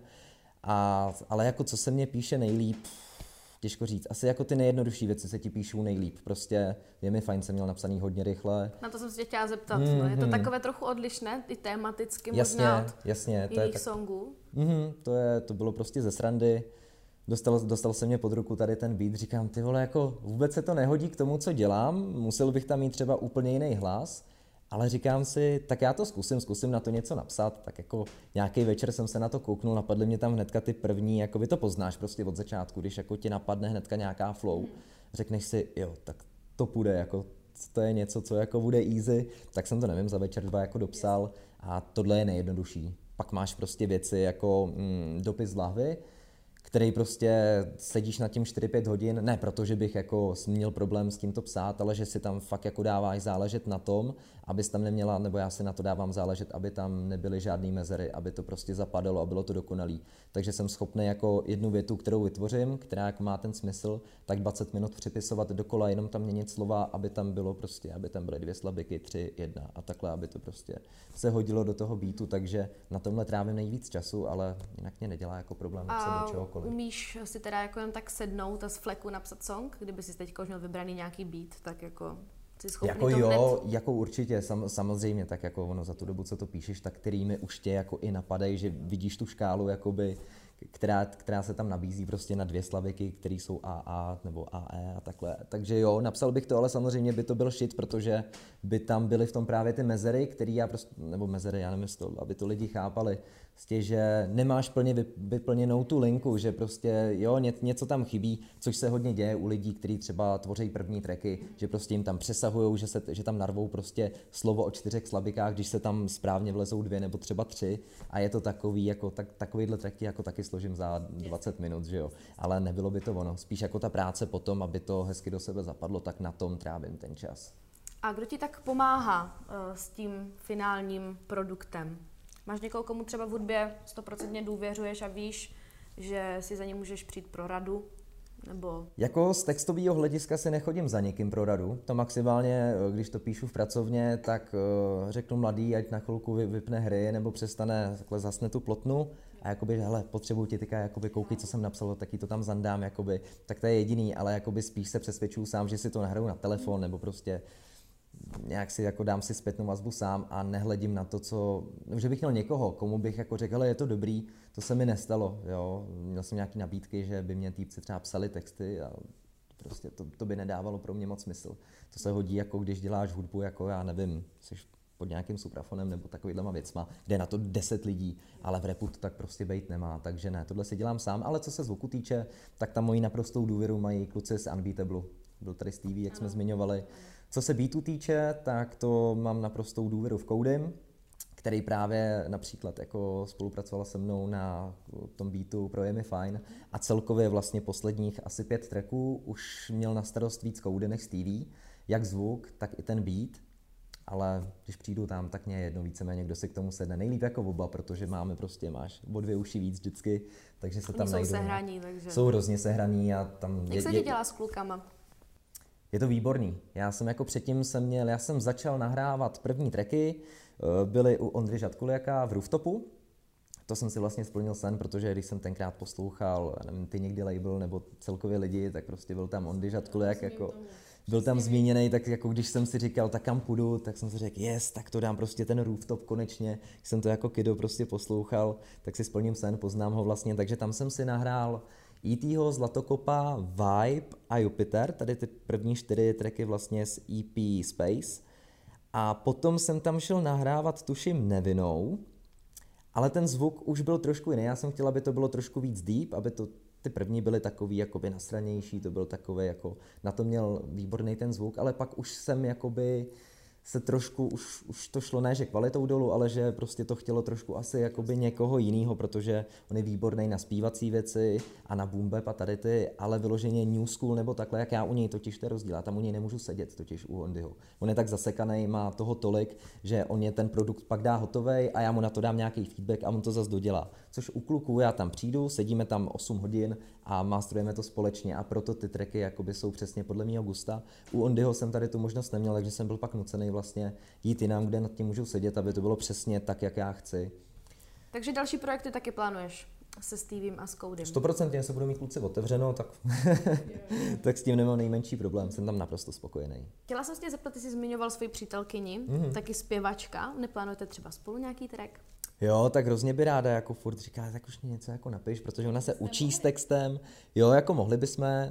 Ale jako co se mně píše nejlíp, těžko říct. Asi jako ty nejjednodušší věci se ti píšou nejlíp. Prostě je mi fajn, jsem měl napsaný hodně rychle. Na to jsem se tě chtěla zeptat. No, je to takové trochu odlišné, i tematicky možná od jasně, jiných songů? To bylo prostě ze srandy. Dostal se mě pod ruku tady ten beat, říkám, ty vole, jako vůbec se to nehodí k tomu, co dělám, musel bych tam mít třeba úplně jiný hlas, ale říkám si, tak já to zkusím na to něco napsat, tak jako nějaký večer jsem se na to kouknul, napadly mě tam hnedka ty první, jako vy to poznáš prostě od začátku, když jako ti napadne hnedka nějaká flow, řekneš si, jo, tak to půjde, jako to je něco, co jako bude easy, tak jsem to nevím, za večer 2 jako dopsal a tohle je nejjednodušší. Pak máš prostě věci jako dopis z lahvy, který prostě sedíš nad tím 4-5 hodin, ne protože bych jako měl problém s tím to psát, ale že si tam fakt jako dáváš záležet na tom, abys tam neměla, nebo já si na to dávám záležet, aby tam nebyly žádný mezery, aby to prostě zapadalo a bylo to dokonalý. Takže jsem schopný jako jednu větu, kterou vytvořím, která jako má ten smysl, tak 20 minut přepisovat dokola, jenom tam měnit slova, aby tam bylo prostě, aby tam byly 2 slabiky, 3, 1 a takhle, aby to prostě se hodilo do toho beatu, takže na tomhle trávím nejvíc času, ale jinak mě nedělá jako problém napsat do čehokoliv. Umíš si teda jako jen tak sednout a z fleku napsat song, kdyby si teďka už měl vybraný nějaký beat, tak jako jsi schopný jako to jo, hned? jako určitě, samozřejmě, tak jako ono za tu dobu, co to píšeš, tak kterými už tě jako i napadají, že vidíš tu škálu, jakoby, která se tam nabízí prostě na 2 slaviky, které jsou AA nebo AE a takhle. Takže jo, napsal bych to, ale samozřejmě by to byl shit, protože by tam byly v tom právě ty mezery, který já prostě, nebo mezery, já nevím, aby to lidi chápali, prostě, že nemáš plně vyplněnou tu linku, že prostě jo, něco tam chybí, což se hodně děje u lidí, kteří třeba tvoří první tracky, že prostě jim tam přesahujou, že tam narvou prostě slovo o 4 slabikách, když se tam správně vlezou 2 nebo třeba 3 a je to takový, jako takovýhle tracky jako taky složím za 20 minut, že jo, ale nebylo by to ono, spíš jako ta práce potom, aby to hezky do sebe zapadlo, tak na tom trávím ten čas. A kdo ti tak pomáhá s tím finálním produktem? Máš někoho, komu třeba v hudbě 100% důvěřuješ a víš, že si za ně můžeš přijít pro radu? Nebo... Jako z textového hlediska si nechodím za někým pro radu. To maximálně, když to píšu v pracovně, tak řeknu mladý, ať na chvilku vypne hry nebo přestane, takhle zasne tu plotnu a jakoby, hele, potřebuji ti teďka, jakoby koukej, co jsem napsal, taky to tam zandám, jakoby, tak to je jediný, ale jakoby spíš se přesvědčuju sám, že si to nahraju na telefon nebo prostě nějak si jako dám si zpětnou vazbu sám a nehledím na to, že bych měl někoho, komu bych jako řekl, je to dobrý, to se mi nestalo, jo. Měl jsem nějaký nabídky, že by mě týpci třeba psali texty a prostě to by nedávalo pro mě moc smysl. To se hodí, jako když děláš hudbu, jako já nevím, jsi pod nějakým suprafonem nebo takovýhlema věcma, kde je na to 10 lidí, ale v rapu to tak prostě bejt nemá, takže ne, tohle si dělám sám, ale co se zvuku týče, tak tam moji naprostou důvěru mají kluci z Unbeatable. Byl tady Stevie, jak jsme zmiňovali. Co se beatu týče, tak to mám naprostou důvěru v Koudym, který právě například jako spolupracoval se mnou na tom beatu pro Je mi fajn a celkově vlastně posledních asi 5 tracků už měl na starost víc Koudy než Stevie, jak zvuk, tak i ten beat, ale když přijdu tam, tak mě je jedno víceméně, kdo si k tomu sedne. Nejlíp jako oba, protože máš o 2 uši víc vždycky, takže se tam najdou. Jsou sehraní, takže... Jsou hrozně sehraní a tam... Jak se ti dělá s klukama? Je to výborný. Já jsem začal nahrávat první tracky, byly u Ondry Žadkuliaka v Rooftopu. To jsem si vlastně splnil sen, protože když jsem tenkrát poslouchal, nevím, Ty někdy label nebo celkově lidi, tak prostě byl tam Ondry Žadkuliak, jako byl tam zmíněný, tak jako když jsem si říkal, tak kam půjdu, tak jsem si řekl, tak to dám prostě ten Rooftop konečně. Když jsem to jako kiddo prostě poslouchal, tak si splním sen, poznám ho vlastně, takže tam jsem si nahrál E.T.ho, Zlatokopa, Vibe a Jupiter, tady ty první 4 tracky vlastně z EP Space. A potom jsem tam šel nahrávat, tuším, Nevinnou, ale ten zvuk už byl trošku jiný. Já jsem chtěl, aby to bylo trošku víc deep, aby to ty první byly takový jakoby nasranější, to byl takový jako, na to měl výborný ten zvuk, ale pak už jsem jakoby se trošku, už to šlo ne, že kvalitou dolů, ale že prostě to chtělo trošku asi jakoby někoho jiného, protože on je výborný na zpívací věci a na boom bap a tady ty, ale vyloženě new school nebo takhle, jak já u něj totiž to rozdíl, tam u něj nemůžu sedět totiž u Hondyho. On je tak zasekaný, má toho tolik, že on je ten produkt pak dá hotovej a já mu na to dám nějaký feedback a on to zase dodělá. Což u kluků já tam přijdu, sedíme tam 8 hodin a masterujeme to společně a proto ty tracky jakoby jsou přesně podle mého gusta. U Hondyho jsem tady tu možnost neměl, takže jsem byl pak nucený vlastně jít jinam, kde nad tím můžu sedět, aby to bylo přesně tak, jak já chci. Takže další projekty taky plánuješ se Steviem a s Codym? 100% se budou mít kluci otevřeno, tak, tak s tím nemám nejmenší problém, jsem tam naprosto spokojený. Chtěla jsem se tě zeptat, ty jsi zmiňoval svoji přítelkyni, taky zpěvačka, neplánujete třeba spolu nějaký track? Jo, tak hrozně by ráda, jako furt říká, tak už mě něco jako napiš, protože ona se učí s textem. Jo, jako mohli bychom,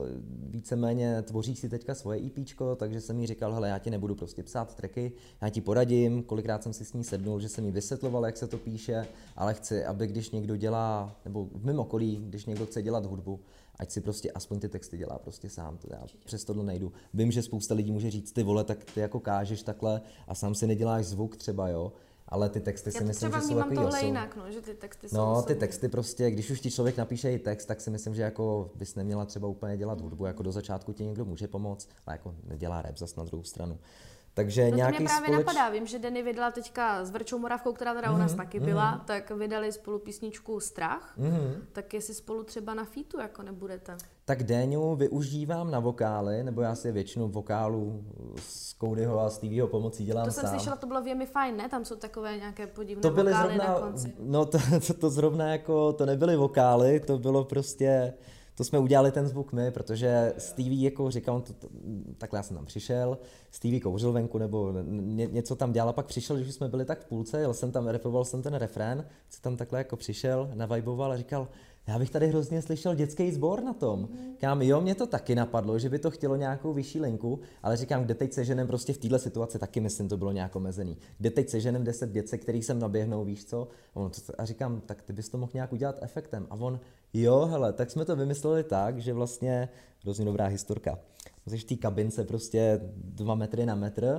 víceméně tvoří si teďka svoje EPčko, takže jsem jí říkal, hele, já ti nebudu prostě psát tracky, já ti poradím, kolikrát jsem si s ní sednul, že jsem jí vysvětloval, jak se to píše, ale chci, aby když někdo dělá, nebo v mém okolí, když někdo chce dělat hudbu, ať si prostě aspoň ty texty dělá prostě sám, to já přes tohle nejdu. Vím, že spousta lidí může říct, ty vole, tak ty jako kážeš takhle a sám si neděláš zvuk třeba, jo. Ale ty texty si myslím, že jsou takový tohle jinak, no, že ty texty jsou no, ty texty prostě, když už ti člověk napíše i text, tak si myslím, že jako bys neměla třeba úplně dělat hudbu, jako do začátku ti někdo může pomoct, ale jako nedělá rap zas na druhou stranu. Takže to nějaký mě právě napadá, vím, že Denny vydala teďka s Verčou Moravkou, která teda u nás taky byla, tak vydali spolu písničku Strach, tak jestli spolu třeba na featu jako nebudete? Tak Déňu využívám na vokály, nebo já si většinu vokálů z Codyho a Stevieho pomocí dělám to sám. To jsem slyšela, to bylo Věmi fajn, ne? Tam jsou takové nějaké podivné to byly vokály zrovna, na konci. No to zrovna jako, to nebyly vokály, to bylo prostě, to jsme udělali ten zvuk my, protože Stevie jako říkal, takhle já jsem tam přišel, Stevie kouřil venku nebo něco tam dělal, pak přišel, když jsme byli tak v půlce, jel jsem tam, repoval jsem ten refrén, co tam takhle jako přišel, navajboval a říkal, já bych tady hrozně slyšel dětský sbor na tom. Říkám, jo, mě to taky napadlo, že by to chtělo nějakou vyšší linku, ale říkám, kde teď seženem prostě v této situaci, taky myslím, to bylo nějak omezený. Kde teď seženem 10 děcek, který sem naběhnou, víš co? A říkám, tak ty bys to mohl nějak udělat efektem. A on, jo, hele, tak jsme to vymysleli tak, že vlastně, hrozně dobrá historka. Jsi v té kabince prostě 2 metry na metr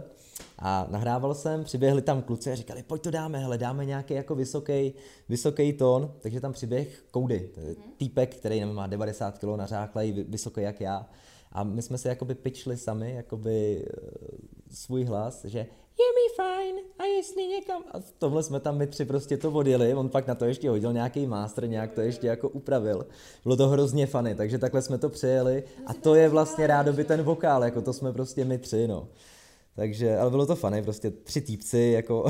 a nahrával jsem, přiběhli tam kluci a říkali, pojď to dáme, hele, dáme nějaký jako vysoký tón, takže tam přiběh Cody, týpek, který nevím, má 90 kg nařáklej, vysoký jak já. A my jsme si jakoby pitchli sami, jakoby svůj hlas, že je mi fajn a jestli někam. A tohle jsme tam my 3 prostě to odjeli, on pak na to ještě hodil nějaký master, nějak to ještě jako upravil. Bylo to hrozně funny, takže takhle jsme to přejeli a to je vlastně rádoby ten vokál, jako to jsme prostě my 3, no. Takže, ale bylo to funny, prostě 3 týpci, jako...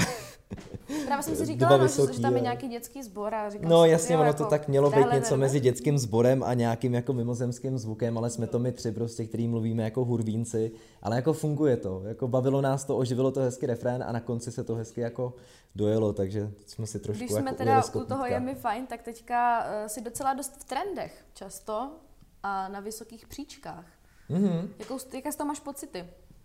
Právě jsem si říkala, no, že tam je nějaký dětský sbor a říkám no si, jasně, jo, ono jako to tak mělo být něco verve. mezi dětským sborem a nějakým jako mimozemským zvukem, ale jsme to my 3 prostě, který mluvíme jako hurvínci, ale jako funguje to, jako bavilo nás to, oživilo to hezky refrén a na konci se to hezky jako dojelo, takže jsme si trošku když jako jsme teda u toho je mi fajn, tak teďka si docela dost v trendech často a na vysokých příčkách. Jaké z toho máš pocity?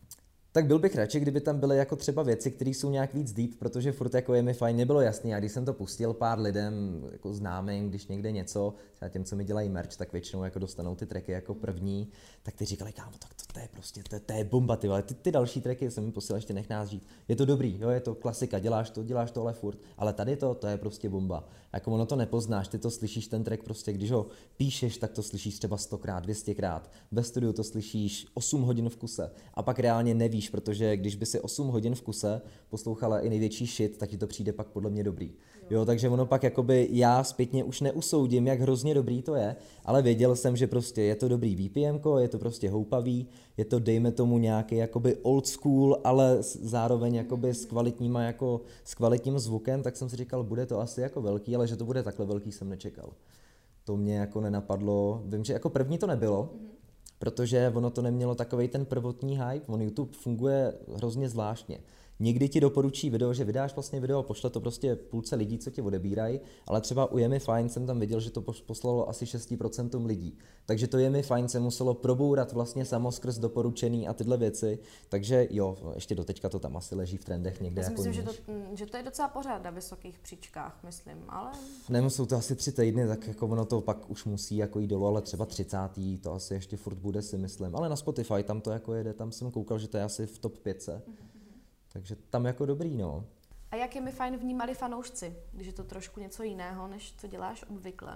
Tak byl bych radši, kdyby tam byly jako třeba věci, které jsou nějak víc deep, protože furt jako je mi fajn, nebylo jasný. A když jsem to pustil pár lidem jako známým, když někde něco, třeba těm, co mi dělají merch, tak většinou jako dostanou ty tracky jako první, tak ty říkali, kámo, tak to je prostě, to je bomba, ty vole. Ty další tracky jsem mi posílal, ještě nech nás říct. Je to dobrý, jo, je to klasika, děláš to ale furt, ale tady to je prostě bomba. Jako ono to nepoznáš, ty to slyšíš ten track prostě, když ho píšeš, tak to slyšíš třeba 100krát, 200krát. Ve studiu to slyšíš 8 hodin v kuse a pak reálně nevíš, protože když by si 8 hodin v kuse poslouchala i největší shit, tak ti to přijde pak podle mě dobrý. Jo, takže ono pak jakoby já zpětně už neusoudím, jak hrozně dobrý to je, ale věděl jsem, že prostě je to dobrý BPMko, je to prostě houpavý, je to dejme tomu nějaký jakoby old school, ale zároveň jakoby s kvalitním zvukem, tak jsem si říkal, bude to asi jako velký, ale že to bude takhle velký, jsem nečekal. To mě jako nenapadlo, vím, že jako první to nebylo, protože ono to nemělo takovej ten prvotní hype, on YouTube funguje hrozně zvláštně. někdy ti doporučí video, že vydáš vlastně video a pošle to prostě půlce lidí, co tě odebírají, ale třeba u Je mi fajn jsem tam viděl, že to poslalo asi 6% lidí. Takže to Je mi fajn se muselo probourat vlastně samo skrz doporučený a tyhle věci. Takže jo, ještě doteďka to tam asi leží v trendech někde. Já si jako myslím, že to je docela pořád na vysokých příčkách, myslím, ale... Jsou to asi 3 týdny, tak jako ono to pak už musí jako jít dolů, ale třeba 30. to asi ještě furt bude, si myslím. Ale na Spotify tam to jako jede, tam jsem koukal, že to je asi v top 5. Takže tam jako dobrý, no. A jak Je mi fajn vnímali fanoušci, když je to trošku něco jiného, než co děláš obvykle?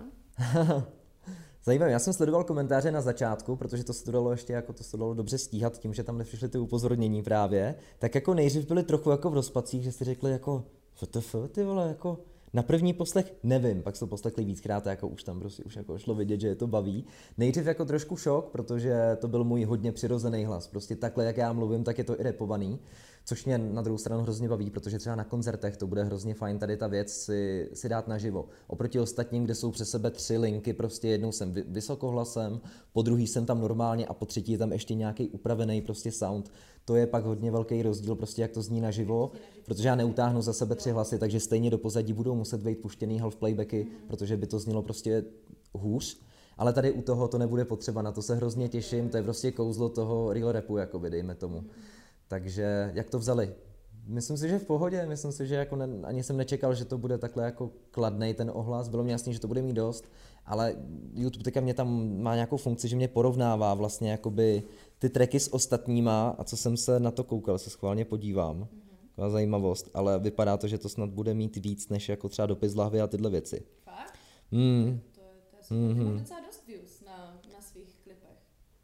Zajímavé, já jsem sledoval komentáře na začátku, protože to se dalo ještě jako to se dalo dobře stíhat tím, že tam nepřišly ty upozornění právě. Tak jako nejdřív byli trochu jako v rozpacích, že si řekli jako FTF, ty vole, jako na první poslech nevím, pak se poslechli víckrát a jako už tam prostě už jako šlo vidět, že je to baví. Nejdřív jako trošku šok, protože to byl můj hodně přirozený hlas. Prostě takhle, jak já mluvím, tak je to i rapovaný, což mě na druhou stranu hrozně baví, protože třeba na koncertech to bude hrozně fajn tady ta věc si dát naživo. Oproti ostatním, kde jsou přes sebe 3 linky, prostě jednou jsem vysokohlasem, po druhý jsem tam normálně a po třetí je tam ještě nějaký upravený prostě sound. To je pak hodně velký rozdíl, prostě jak to zní naživo, protože já neutáhnu za sebe 3 hlasy, takže stejně do pozadí budou muset být puštěný half playbacky, protože by to znělo prostě hůř. Ale tady u toho to nebude potřeba, na to se hrozně těším, to je prostě kouzlo toho real rapu, jakoby, dejme tomu. Takže jak to vzali? Myslím si, že v pohodě, myslím si, že jako ani jsem nečekal, že to bude takhle jako kladnej ten ohlas, bylo mi jasný, že to bude mít dost, ale YouTube teďka mě tam má nějakou funkci, že mě porovnává vlastně jakoby ty tracky s ostatníma a co jsem se na to koukal, se schválně podívám, taková zajímavost, ale vypadá to, že to snad bude mít víc než jako třeba Dopis z lahve a tyhle věci. Fakt? To je super. Docela dost views na svých klipech.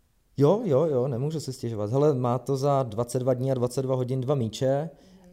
Jo, nemůžu si stěžovat. Hele, má to za 22 dní a 22 hodin 2 míče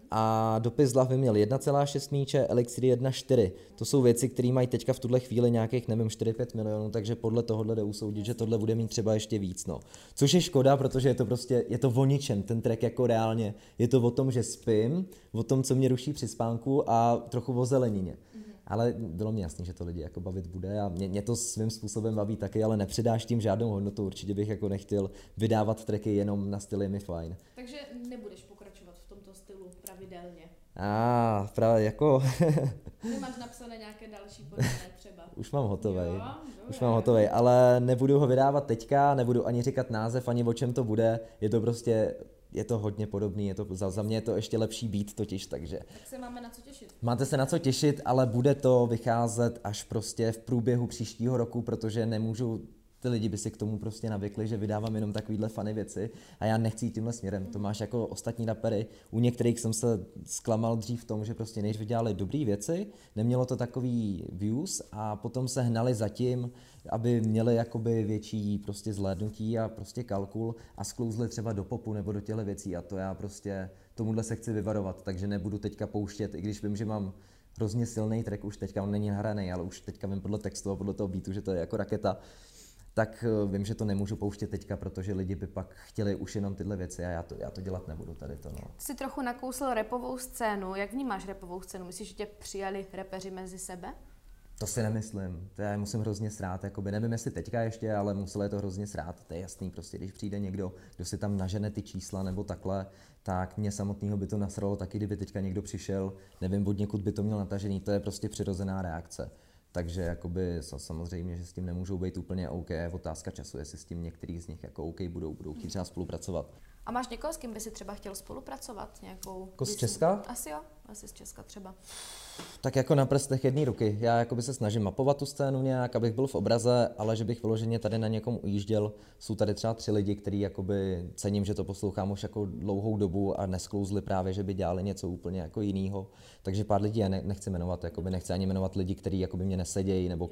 a Dopis z lahvy měl 1,6 míče, Elixir 1,4. To jsou věci, které mají teďka v tuhle chvíli nějakých, nevím, 4-5 milionů, takže podle tohohle jde usoudit, že tohle bude mít třeba ještě víc, no. Což je škoda, protože je to prostě, je to o ničem, ten track jako reálně. Je to o tom, že spím, o tom, co mě ruší při spánku a trochu o zelenině. Ale bylo mi jasný, že to lidi jako bavit bude a mě to svým způsobem baví taky, ale nepřidáš tím žádnou hodnotu, určitě bych jako nechtěl vydávat tracky jenom na styl Je mi fajn. Takže nebudeš pokračovat v tomto stylu pravidelně? Právě jako... Nemáš napsané nějaké další podobné třeba? Už mám hotovej, ale nebudu ho vydávat teďka, nebudu ani říkat název, ani o čem to bude, je to prostě... Je to hodně podobný, je to, za mě je to ještě lepší beat totiž, takže... Tak se máme na co těšit. Máte se na co těšit, ale bude to vycházet až prostě v průběhu příštího roku, protože nemůžu, ty lidi by si k tomu prostě navykli, že vydávám jenom takovýhle funny věci a já nechci jít tímhle směrem. To máš jako ostatní rapery, u některých jsem se zklamal dřív v tom, že prostě než vydělali dobré věci, nemělo to takový views a potom se hnali za tím, aby měli jakoby větší prostě zhlédnutí a prostě kalkul a sklouzli třeba do popu nebo do těchto věcí a to já prostě tomuhle se chci vyvarovat, takže nebudu teďka pouštět, i když vím, že mám hrozně silný track, už teďka on není nahraný, ale už teďka vím podle textu a podle toho beatu, že to je jako raketa, tak vím, že to nemůžu pouštět teďka, protože lidi by pak chtěli už jenom tyhle věci a já to dělat nebudu tady to, no. Jsi trochu nakousl rapovou scénu, jak vnímáš rapovou scénu? Myslíš, že tě přijali rapeři mezi sebe? To si nemyslím, to já musím hrozně srát, jakoby nevím jestli teďka ještě, ale musel je to hrozně srát, to je jasný, prostě když přijde někdo, kdo si tam nažene ty čísla nebo takhle, tak mě samotného by to nasralo taky, kdyby teďka někdo přišel, nevím, od někud by to měl natažený, to je prostě přirozená reakce. Takže jakoby samozřejmě, že s tím nemůžou být úplně OK, je otázka času, jestli s tím některý z nich jako OK budou chtít třeba spolupracovat. A máš někoho, s kým by si třeba chtěl spolupracovat? Nějakou jako z Česka? Asi jo, asi z Česka třeba. Tak jako na prstech jedné ruky. Já jakoby se snažím mapovat tu scénu nějak, abych byl v obraze, ale že bych vyloženě tady na někom ujížděl. Jsou tady třeba 3 lidi, kteří jakoby cením, že to poslouchám už jako dlouhou dobu a nesklouzli právě, že by dělali něco úplně jako jiného. Takže pár lidí já nechci jmenovat, jakoby nechci ani jmenovat lidi, kteří jakoby mě nesedějí, nebo...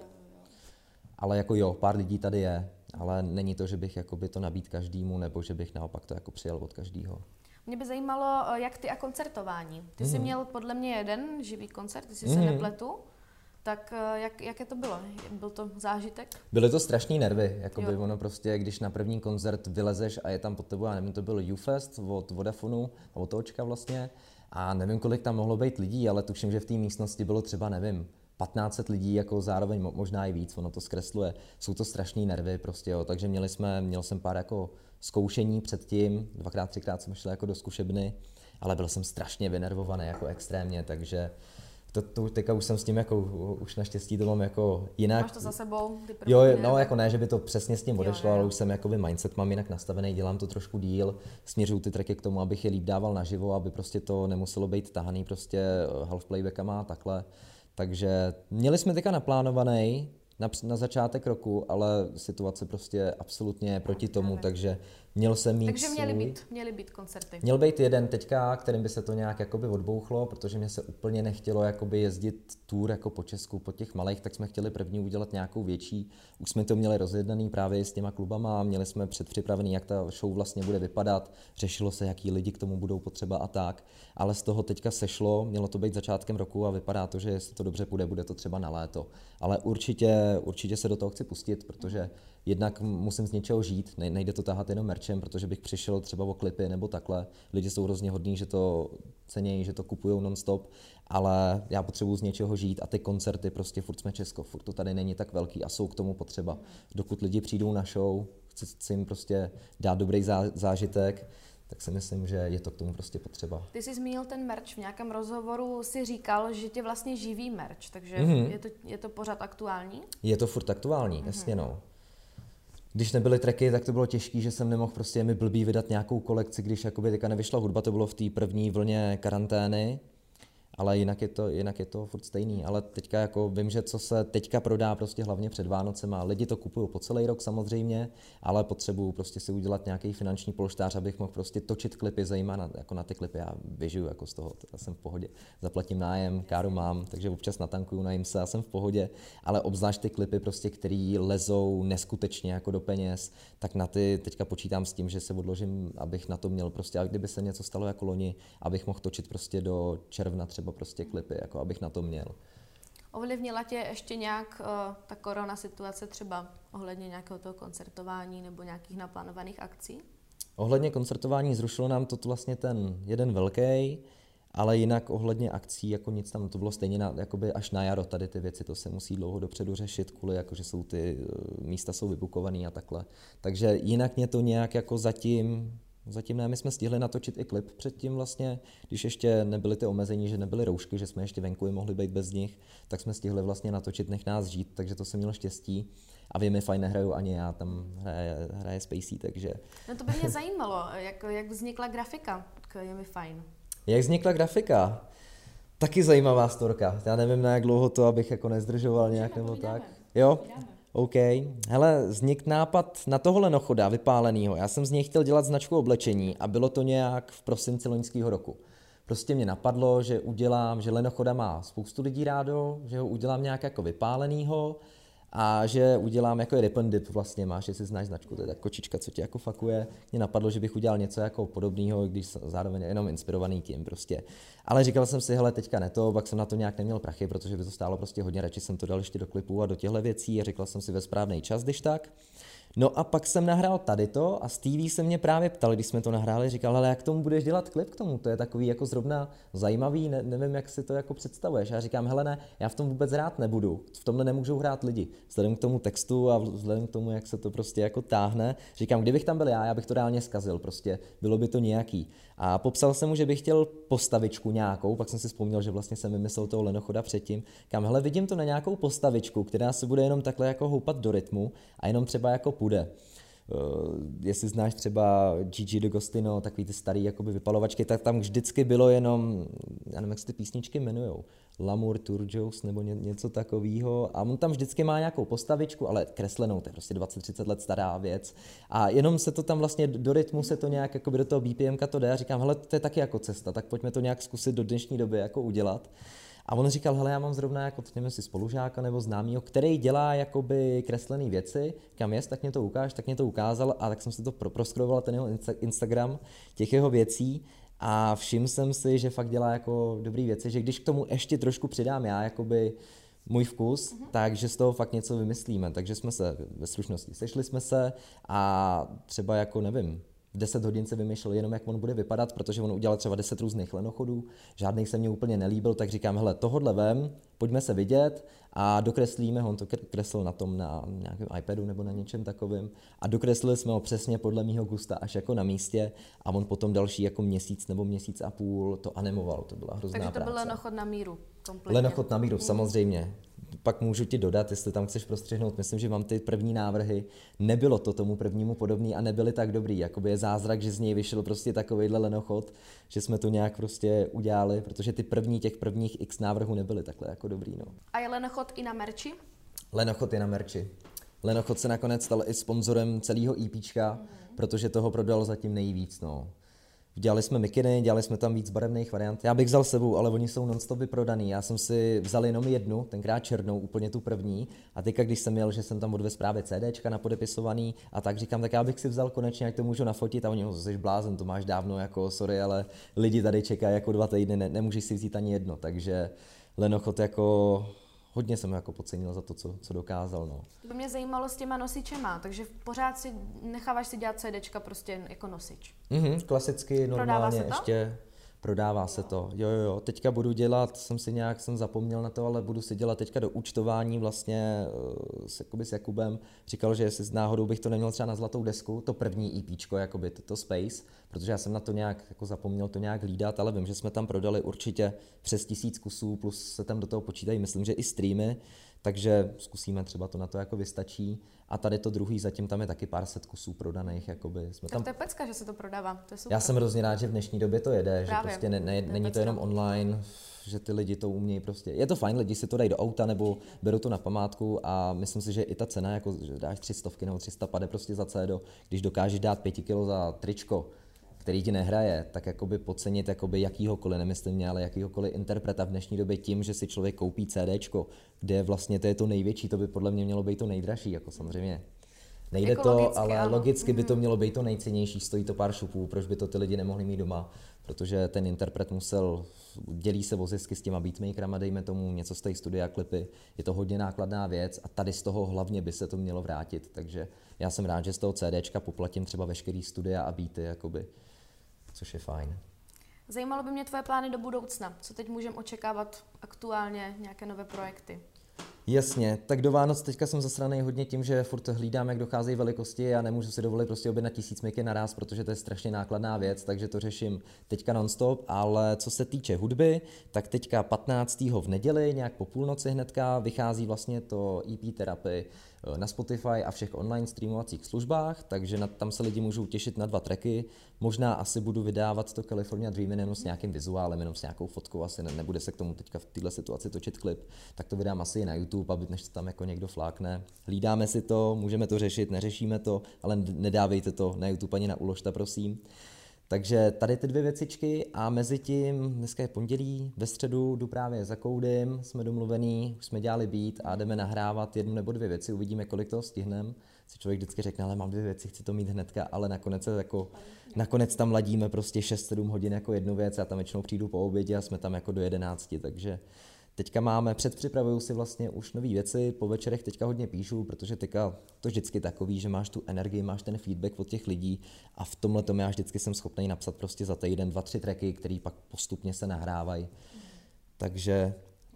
Ale jako jo, pár lidí tady je, ale není to, že bych jakoby to nabít každému, nebo že bych naopak to jako přijel od každého. Mě by zajímalo, jak ty a koncertování. Ty jsi měl podle mě jeden živý koncert, jestli se nepletu. Tak jaké to bylo? Byl to zážitek? Byly to strašný nervy, jakoby ono prostě, když na první koncert vylezeš a je tam pod tebou, já nevím, to byl YouFest od Vodafonu a od Očka vlastně a nevím, kolik tam mohlo být lidí, ale tuším, že v té místnosti bylo třeba, nevím, 1500 lidí, jako zároveň možná i víc, ono to zkresluje. Jsou to strašný nervy prostě, jo, takže měl jsem pár jako zkoušení předtím, 2x, 3x jsem šel jako do zkušebny ale byl jsem strašně vynervovaný, jako extrémně, takže teďka už jsem s tím jako, už naštěstí to mám jako jinak. Máš to za sebou? Jo, no jako ne, že by to přesně s tím odešlo, ale už jsem jakoby mindset mám jinak nastavený, dělám to trošku díl, směřuju ty tracky k tomu, abych je líp dával naživo, aby prostě to nemuselo být tahaný prostě half playbackama a takhle. Takže měli jsme teďka naplánovaný na začátek roku, ale situace prostě absolutně proti tomu, takže měl jsem mít Takže měly být koncerty. Měl být jeden teďka, kterým by se to nějak jakoby odbouchlo, protože mě se úplně nechtělo jakoby jezdit tour jako po Česku, po těch malých, tak jsme chtěli první udělat nějakou větší. Už jsme to měli rozjednaný právě s těma klubama, měli jsme předpřipravený, jak ta show vlastně bude vypadat, řešilo se, jaký lidi k tomu budou potřeba a tak, ale z toho teďka sešlo, mělo to být začátkem roku a vypadá to, že jestli to dobře půjde, bude to třeba na léto. Ale určitě se do toho chci pustit, protože jednak musím z něčeho žít, nejde to tahat jenom merchem, protože bych přišel třeba o klipy nebo takhle. Lidi jsou hrozně hodní, že to cenějí, že to kupujou non-stop, ale já potřebuji z něčeho žít a ty koncerty prostě furt jsme Česko, furt to tady není tak velký a jsou k tomu potřeba. Dokud lidi přijdou na show, chci jim prostě dát dobrý zážitek, tak si myslím, že je to k tomu prostě potřeba. Ty jsi zmínil ten merch, v nějakém rozhovoru si říkal, že tě vlastně živí merch, takže je to pořád aktuální? Je to furt aktuální, jasně no. Když nebyly tracky, tak to bylo těžké, že jsem nemohl prostě mi blbý vydat nějakou kolekci, když jakoby teďka nevyšla hudba, to bylo v té první vlně karantény, ale jinak je to furt stejný, ale teďka jako vím, že co se teďka prodá prostě hlavně před Vánocema, lidi to kupují po celý rok samozřejmě, ale potřebuju prostě si udělat nějaký finanční polštář, abych mohl prostě točit klipy, zajímá jako na ty klipy, já vyžiju jako z toho, já jsem v pohodě, zaplatím nájem, káru mám, takže občas natankuju, najím se, já jsem v pohodě, ale obzvlášť ty klipy prostě, který lezou neskutečně jako do peněz, tak na ty teďka počítám s tím, že se odložím, abych na to měl prostě, a kdyby se něco stalo jako loni, abych mohl točit prostě do června třeba prostě klipy, jako abych na to měl. Ovlivnila tě ještě nějak ta korona situace třeba ohledně nějakého toho koncertování nebo nějakých naplánovaných akcí? Ohledně koncertování zrušilo nám to vlastně ten jeden velký, ale jinak ohledně akcí jako nic tam, to bylo stejně jakoby až na jaro tady ty věci, to se musí dlouho dopředu řešit, kvůli jako, že jsou ty místa jsou vybukovaný a takhle. Takže jinak mě to nějak jako zatím ne, my jsme stihli natočit i klip předtím vlastně, když ještě nebyly ty omezení, že nebyly roušky, že jsme ještě venku mohli být bez nich, tak jsme stihli vlastně natočit Nech nás žít, takže to jsem měl štěstí. A vy mi fajn nehraju ani já, tam hraje Spacey, takže... No to by mě zajímalo, jak vznikla grafika k Je mi fajn. Jak vznikla grafika? Taky zajímavá storka. Já nevím, na jak dlouho to, abych jako nezdržoval nějak nebo tak. Jo? OK. Hele, vznikl nápad na toho lenochoda vypálenýho. Já jsem z něj chtěl dělat značku oblečení a bylo to nějak v prosinci loňského roku. Prostě mě napadlo, že že lenochoda má spoustu lidí rádo, že ho udělám nějak jako vypálenýho a že udělám jako rip and dip vlastně, máš, jestli znáš značku, to je ta kočička, co tě jako fakuje. Mě napadlo, že bych udělal něco jako podobného, když zároveň jenom inspirovaný tím prostě. Ale říkal jsem si, hele, teďka ne to, pak jsem na to nějak neměl prachy, protože by to stálo prostě hodně, radši jsem to dal ještě do klipů a do těchto věcí a říkal jsem si ve správný čas, když tak. No a pak jsem nahrál tady to a Stevie se mě právě ptal, když jsme to nahráli, říkal, ale jak tomu budeš dělat klip k tomu, to je takový jako zrovna zajímavý, nevím, jak si to jako představuješ. Já říkám, hele ne, já v tom vůbec hrát nebudu, v tomhle nemůžou hrát lidi. Vzhledem k tomu textu a vzhledem k tomu, jak se to prostě jako táhne, říkám, kdybych tam byl já bych to reálně zkazil, prostě bylo by to nějaký. A popsal jsem mu, že bych chtěl postavičku nějakou, pak jsem si vzpomněl, že vlastně jsem vymyslel toho lenochoda předtím. Kam, hele, vidím to na nějakou postavičku, která se bude jenom takhle jako houpat do rytmu a jenom třeba jako půjde. Jestli znáš třeba Gigi D'Agostino, takový ty starý jakoby vypalovačky, tak tam vždycky bylo jenom, já nevím, jak se ty písničky jmenujou, L'amour Turgeos nebo něco takového. A on tam vždycky má nějakou postavičku, ale kreslenou, to je prostě 20-30 let stará věc. A jenom se to tam vlastně do rytmu se to nějak jakoby do toho BPMka to jde. A říkám, hele, to je taky jako cesta, tak pojďme to nějak zkusit do dnešní doby jako udělat. A on říkal, hele, já mám zrovna jako nevím, si spolužáka nebo známýho, který dělá jakoby kreslené věci, kam jest, tak mě to ukáž, tak mě to ukázal a tak jsem si to proskrovoval ten jeho Instagram těch jeho věcí a všiml jsem si, že fakt dělá jako dobrý věci, že když k tomu ještě trošku přidám já jakoby můj vkus, takže z toho fakt něco vymyslíme. Takže jsme se ve slušnosti sešli jsme se a třeba jako nevím, v 10 hodin se vymýšlel jenom, jak on bude vypadat, protože on udělal třeba 10 různých lenochodů, žádný se mně úplně nelíbil, tak říkám, hele, tohodle vem, pojďme se vidět a dokreslíme ho, on to kreslil na tom, na nějakém iPadu nebo na něčem takovém a dokreslili jsme ho přesně podle mýho gusta až jako na místě a on potom další jako měsíc nebo měsíc a půl to animoval, to byla hrozná práce. Takže to byl lenochod na míru kompletně. Lenochod na míru, samozřejmě. Pak můžu ti dodat, jestli tam chceš prostřihnout, myslím, že mám ty první návrhy, nebylo to tomu prvnímu podobný a nebyly tak dobrý, jakoby je zázrak, že z něj vyšel prostě takovejhle lenochod, že jsme to nějak prostě udělali, protože těch prvních x návrhů nebyly takhle jako dobrý, no. A je lenochod i na merči? Lenochod je na merči. Lenochod se nakonec stal i sponzorem celého EPčka, protože toho prodal zatím nejvíc, no. Dělali jsme mikiny, dělali jsme tam víc barevných variant. Já bych vzal s sebou, ale oni jsou non-stop vyprodaný. Já jsem si vzal jenom jednu, tenkrát černou, úplně tu první. A teďka, když jsem jel, že jsem tam odvez právě CDčka napodepisovaný a tak říkám, tak já bych si vzal konečně, ať to můžu nafotit. A oni, no, jsi blázen, to máš dávno, jako sorry, ale lidi tady čekají jako 2 týdny, nemůžeš si vzít ani jedno. Takže lenochod jako hodně jsem jako podcenil za to, co dokázal. No. To by mě zajímalo s těma nosičema, takže pořád si necháváš si dělat CDčka prostě jako nosič. Klasicky, normálně ještě prodává se to. Jo. Teďka budu dělat, jsem zapomněl na to, ale budu si dělat teďka do účtování vlastně s Jakubem. Říkal, že jestli náhodou bych to neměl třeba na zlatou desku, to první EPčko, jakoby to Space, protože já jsem na to nějak jako zapomněl to nějak hlídat, ale vím, že jsme tam prodali určitě přes 1000 kusů, plus se tam do toho počítají, myslím, že i streamy, takže zkusíme, třeba to na to jako vystačí. A tady to druhý, zatím tam je taky pár set kusů prodaných. Jakoby. Tak to je pecka, že se to prodává, to je super. Já jsem hrozně rád, že v dnešní době to jede, právě, že prostě není to jenom online, že ty lidi to umějí prostě. Je to fajn, lidi si to dají do auta nebo berou to na památku a myslím si, že i ta cena, jako že dáš 300 nebo 300 pade prostě za CD, když dokážeš dát 5 kg za tričko, který ti nehraje, tak jakoby podcenit jakoby jakýhokoliv, nemyslím mě, ale jakýhokoliv interpreta v dnešní době tím, že si člověk koupí CDčko, kde vlastně to je to největší, to by podle mě mělo být to nejdražší, jako samozřejmě. Nejde jako to, logicky, ale ano. Logicky by to mělo být to nejcennější, stojí to pár šupů, proč by to ty lidi nemohli mít doma, protože ten interpret dělí se o zisky s těma beatmakerama, dejme tomu, něco stojí studia, klipy, je to hodně nákladná věc a tady z toho hlavně by se to mělo vrátit, takže já jsem rád, že z toho CDčka poplatím třeba veškerý studia a beaty, jakoby, což je fajn. Zajímalo by mě tvoje plány do budoucna, co teď můžeme očekávat aktuálně, nějaké nové projekty? Jasně, tak do Vánoc teďka jsem zasranej hodně tím, že furt hlídám, jak docházejí velikosti a nemůžu si dovolit prostě objednat 1000 miky naraz, protože to je strašně nákladná věc, takže to řeším teďka nonstop, ale co se týče hudby, tak teďka 15. v neděli, nějak po půlnoci hnedka, vychází vlastně to EP terapii na Spotify a všech online streamovacích službách, takže tam se lidi můžou těšit na 2 tracky. Možná asi budu vydávat to California Dreamin' jenom s nějakým vizuálem, jenom s nějakou fotkou, asi nebude se k tomu teďka v této situaci točit klip, tak to vydám asi i na YouTube, aby než to tam jako někdo flákne. Hlídáme si to, můžeme to řešit, neřešíme to, ale nedávejte to na YouTube ani na uložta, prosím. Takže tady ty 2 věcičky a mezi tím, dneska je pondělí, ve středu jdu právě za Koudym, jsme domluvený, už jsme dělali beat a jdeme nahrávat 1 nebo 2 věci, uvidíme, kolik toho stihneme. Si člověk vždycky řekne, ale mám 2 věci, chci to mít hnedka, ale nakonec tam ladíme prostě 6-7 hodin jako 1 věc, já tam většinou přijdu po obědě a jsme tam jako do 11, takže teďka předpřipravuju si vlastně už nové věci, po večerech teďka hodně píšu, protože teďka to vždycky takový, že máš tu energii, máš ten feedback od těch lidí a v tomhle tom já vždycky jsem schopný napsat prostě za týden 2-3 tracky, který pak postupně se nahrávají. Takže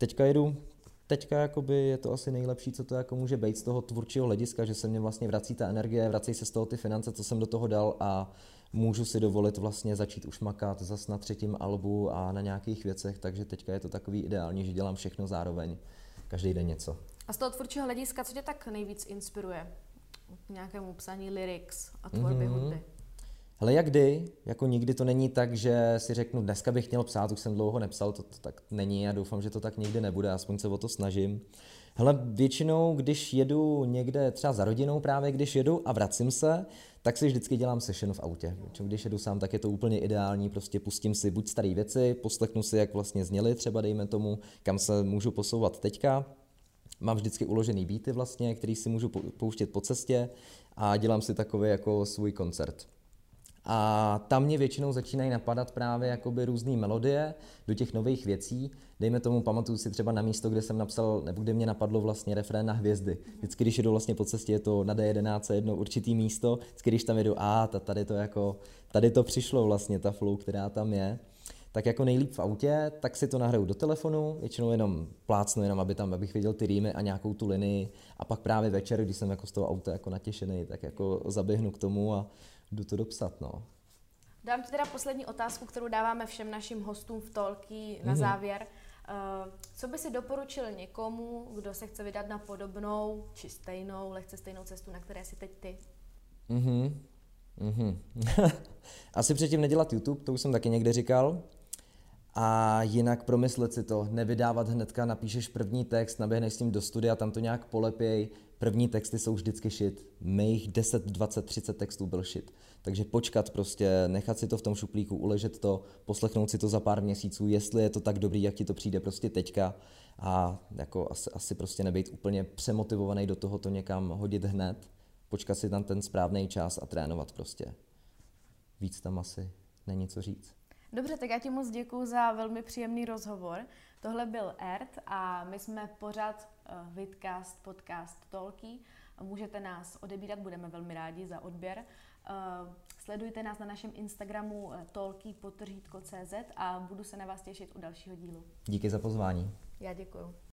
teďka jakoby je to asi nejlepší, co to jako může být z toho tvůrčího hlediska, že se mě vlastně vrací ta energie, vrací se z toho ty finance, co jsem do toho dal a můžu si dovolit vlastně začít už makat zas na 3. albu a na nějakých věcech, takže teďka je to takový ideální, že dělám všechno zároveň, každý den něco. A z toho tvůrčího hlediska, co tě tak nejvíc inspiruje k nějakému psaní lyrics a tvorbě hudby? Hele, jak kdy, jako nikdy to není tak, že si řeknu, dneska bych měl psát, už jsem dlouho nepsal, to tak není a doufám, že to tak nikdy nebude, aspoň se o to snažím. Hele, většinou, když jedu někde, třeba za rodinou právě, když jedu a vracím se, tak si vždycky dělám session v autě. Když jedu sám, tak je to úplně ideální, prostě pustím si buď staré věci, poslechnu si, jak vlastně zněly, třeba dejme tomu, kam se můžu posouvat teďka. Mám vždycky uložený beaty vlastně, který si můžu pouštět po cestě a dělám si takový jako svůj koncert. A tam mě většinou začínají napadat právě jakoby různé melodie do těch nových věcí. Dejme tomu, pamatuju si třeba na místo, kde jsem napsal, nebo kde mě napadlo vlastně refrén na Hvězdy. Vždycky, když jedu vlastně po cestě, je to na D11 jedno určitý místo, vždycky, když tam jedu, tady to přišlo vlastně, ta flow, která tam je. tak jako nejlíp v autě, tak si to nahraju do telefonu, většinou jenom plácnu, jenom abych viděl ty rýmy a nějakou tu linii a pak právě večer, když jsem jako z toho auta jako natěšený, tak jako zaběhnu k tomu a jdu to dopsat, no. Dám ti teda poslední otázku, kterou dáváme všem našim hostům v Talky na závěr. Co by si doporučil někomu, kdo se chce vydat na podobnou či lehce stejnou cestu, na které jsi teď ty? Asi předtím nedělat YouTube, to už jsem taky někde říkal. A jinak promyslet si to, nevydávat hnedka, napíšeš první text, naběhneš s tím do studia, tam to nějak polepěj. První texty jsou vždycky shit. Mých 10, 20, 30 textů byl shit. Takže počkat prostě, nechat si to v tom šuplíku, uležet to, poslechnout si to za pár měsíců, jestli je to tak dobrý, jak ti to přijde prostě teďka. A jako asi prostě nebejt úplně přemotivovaný do toho to někam hodit hned. Počkat si tam ten správný čas a trénovat prostě. Víc tam asi není co říct. Dobře, tak já ti moc děkuju za velmi příjemný rozhovor. Tohle byl Ert a my jsme pořád Vidcast, podcast Talky. Můžete nás odebírat, budeme velmi rádi za odběr. Sledujte nás na našem Instagramu talky_cz a budu se na vás těšit u dalšího dílu. Díky za pozvání. Já děkuju.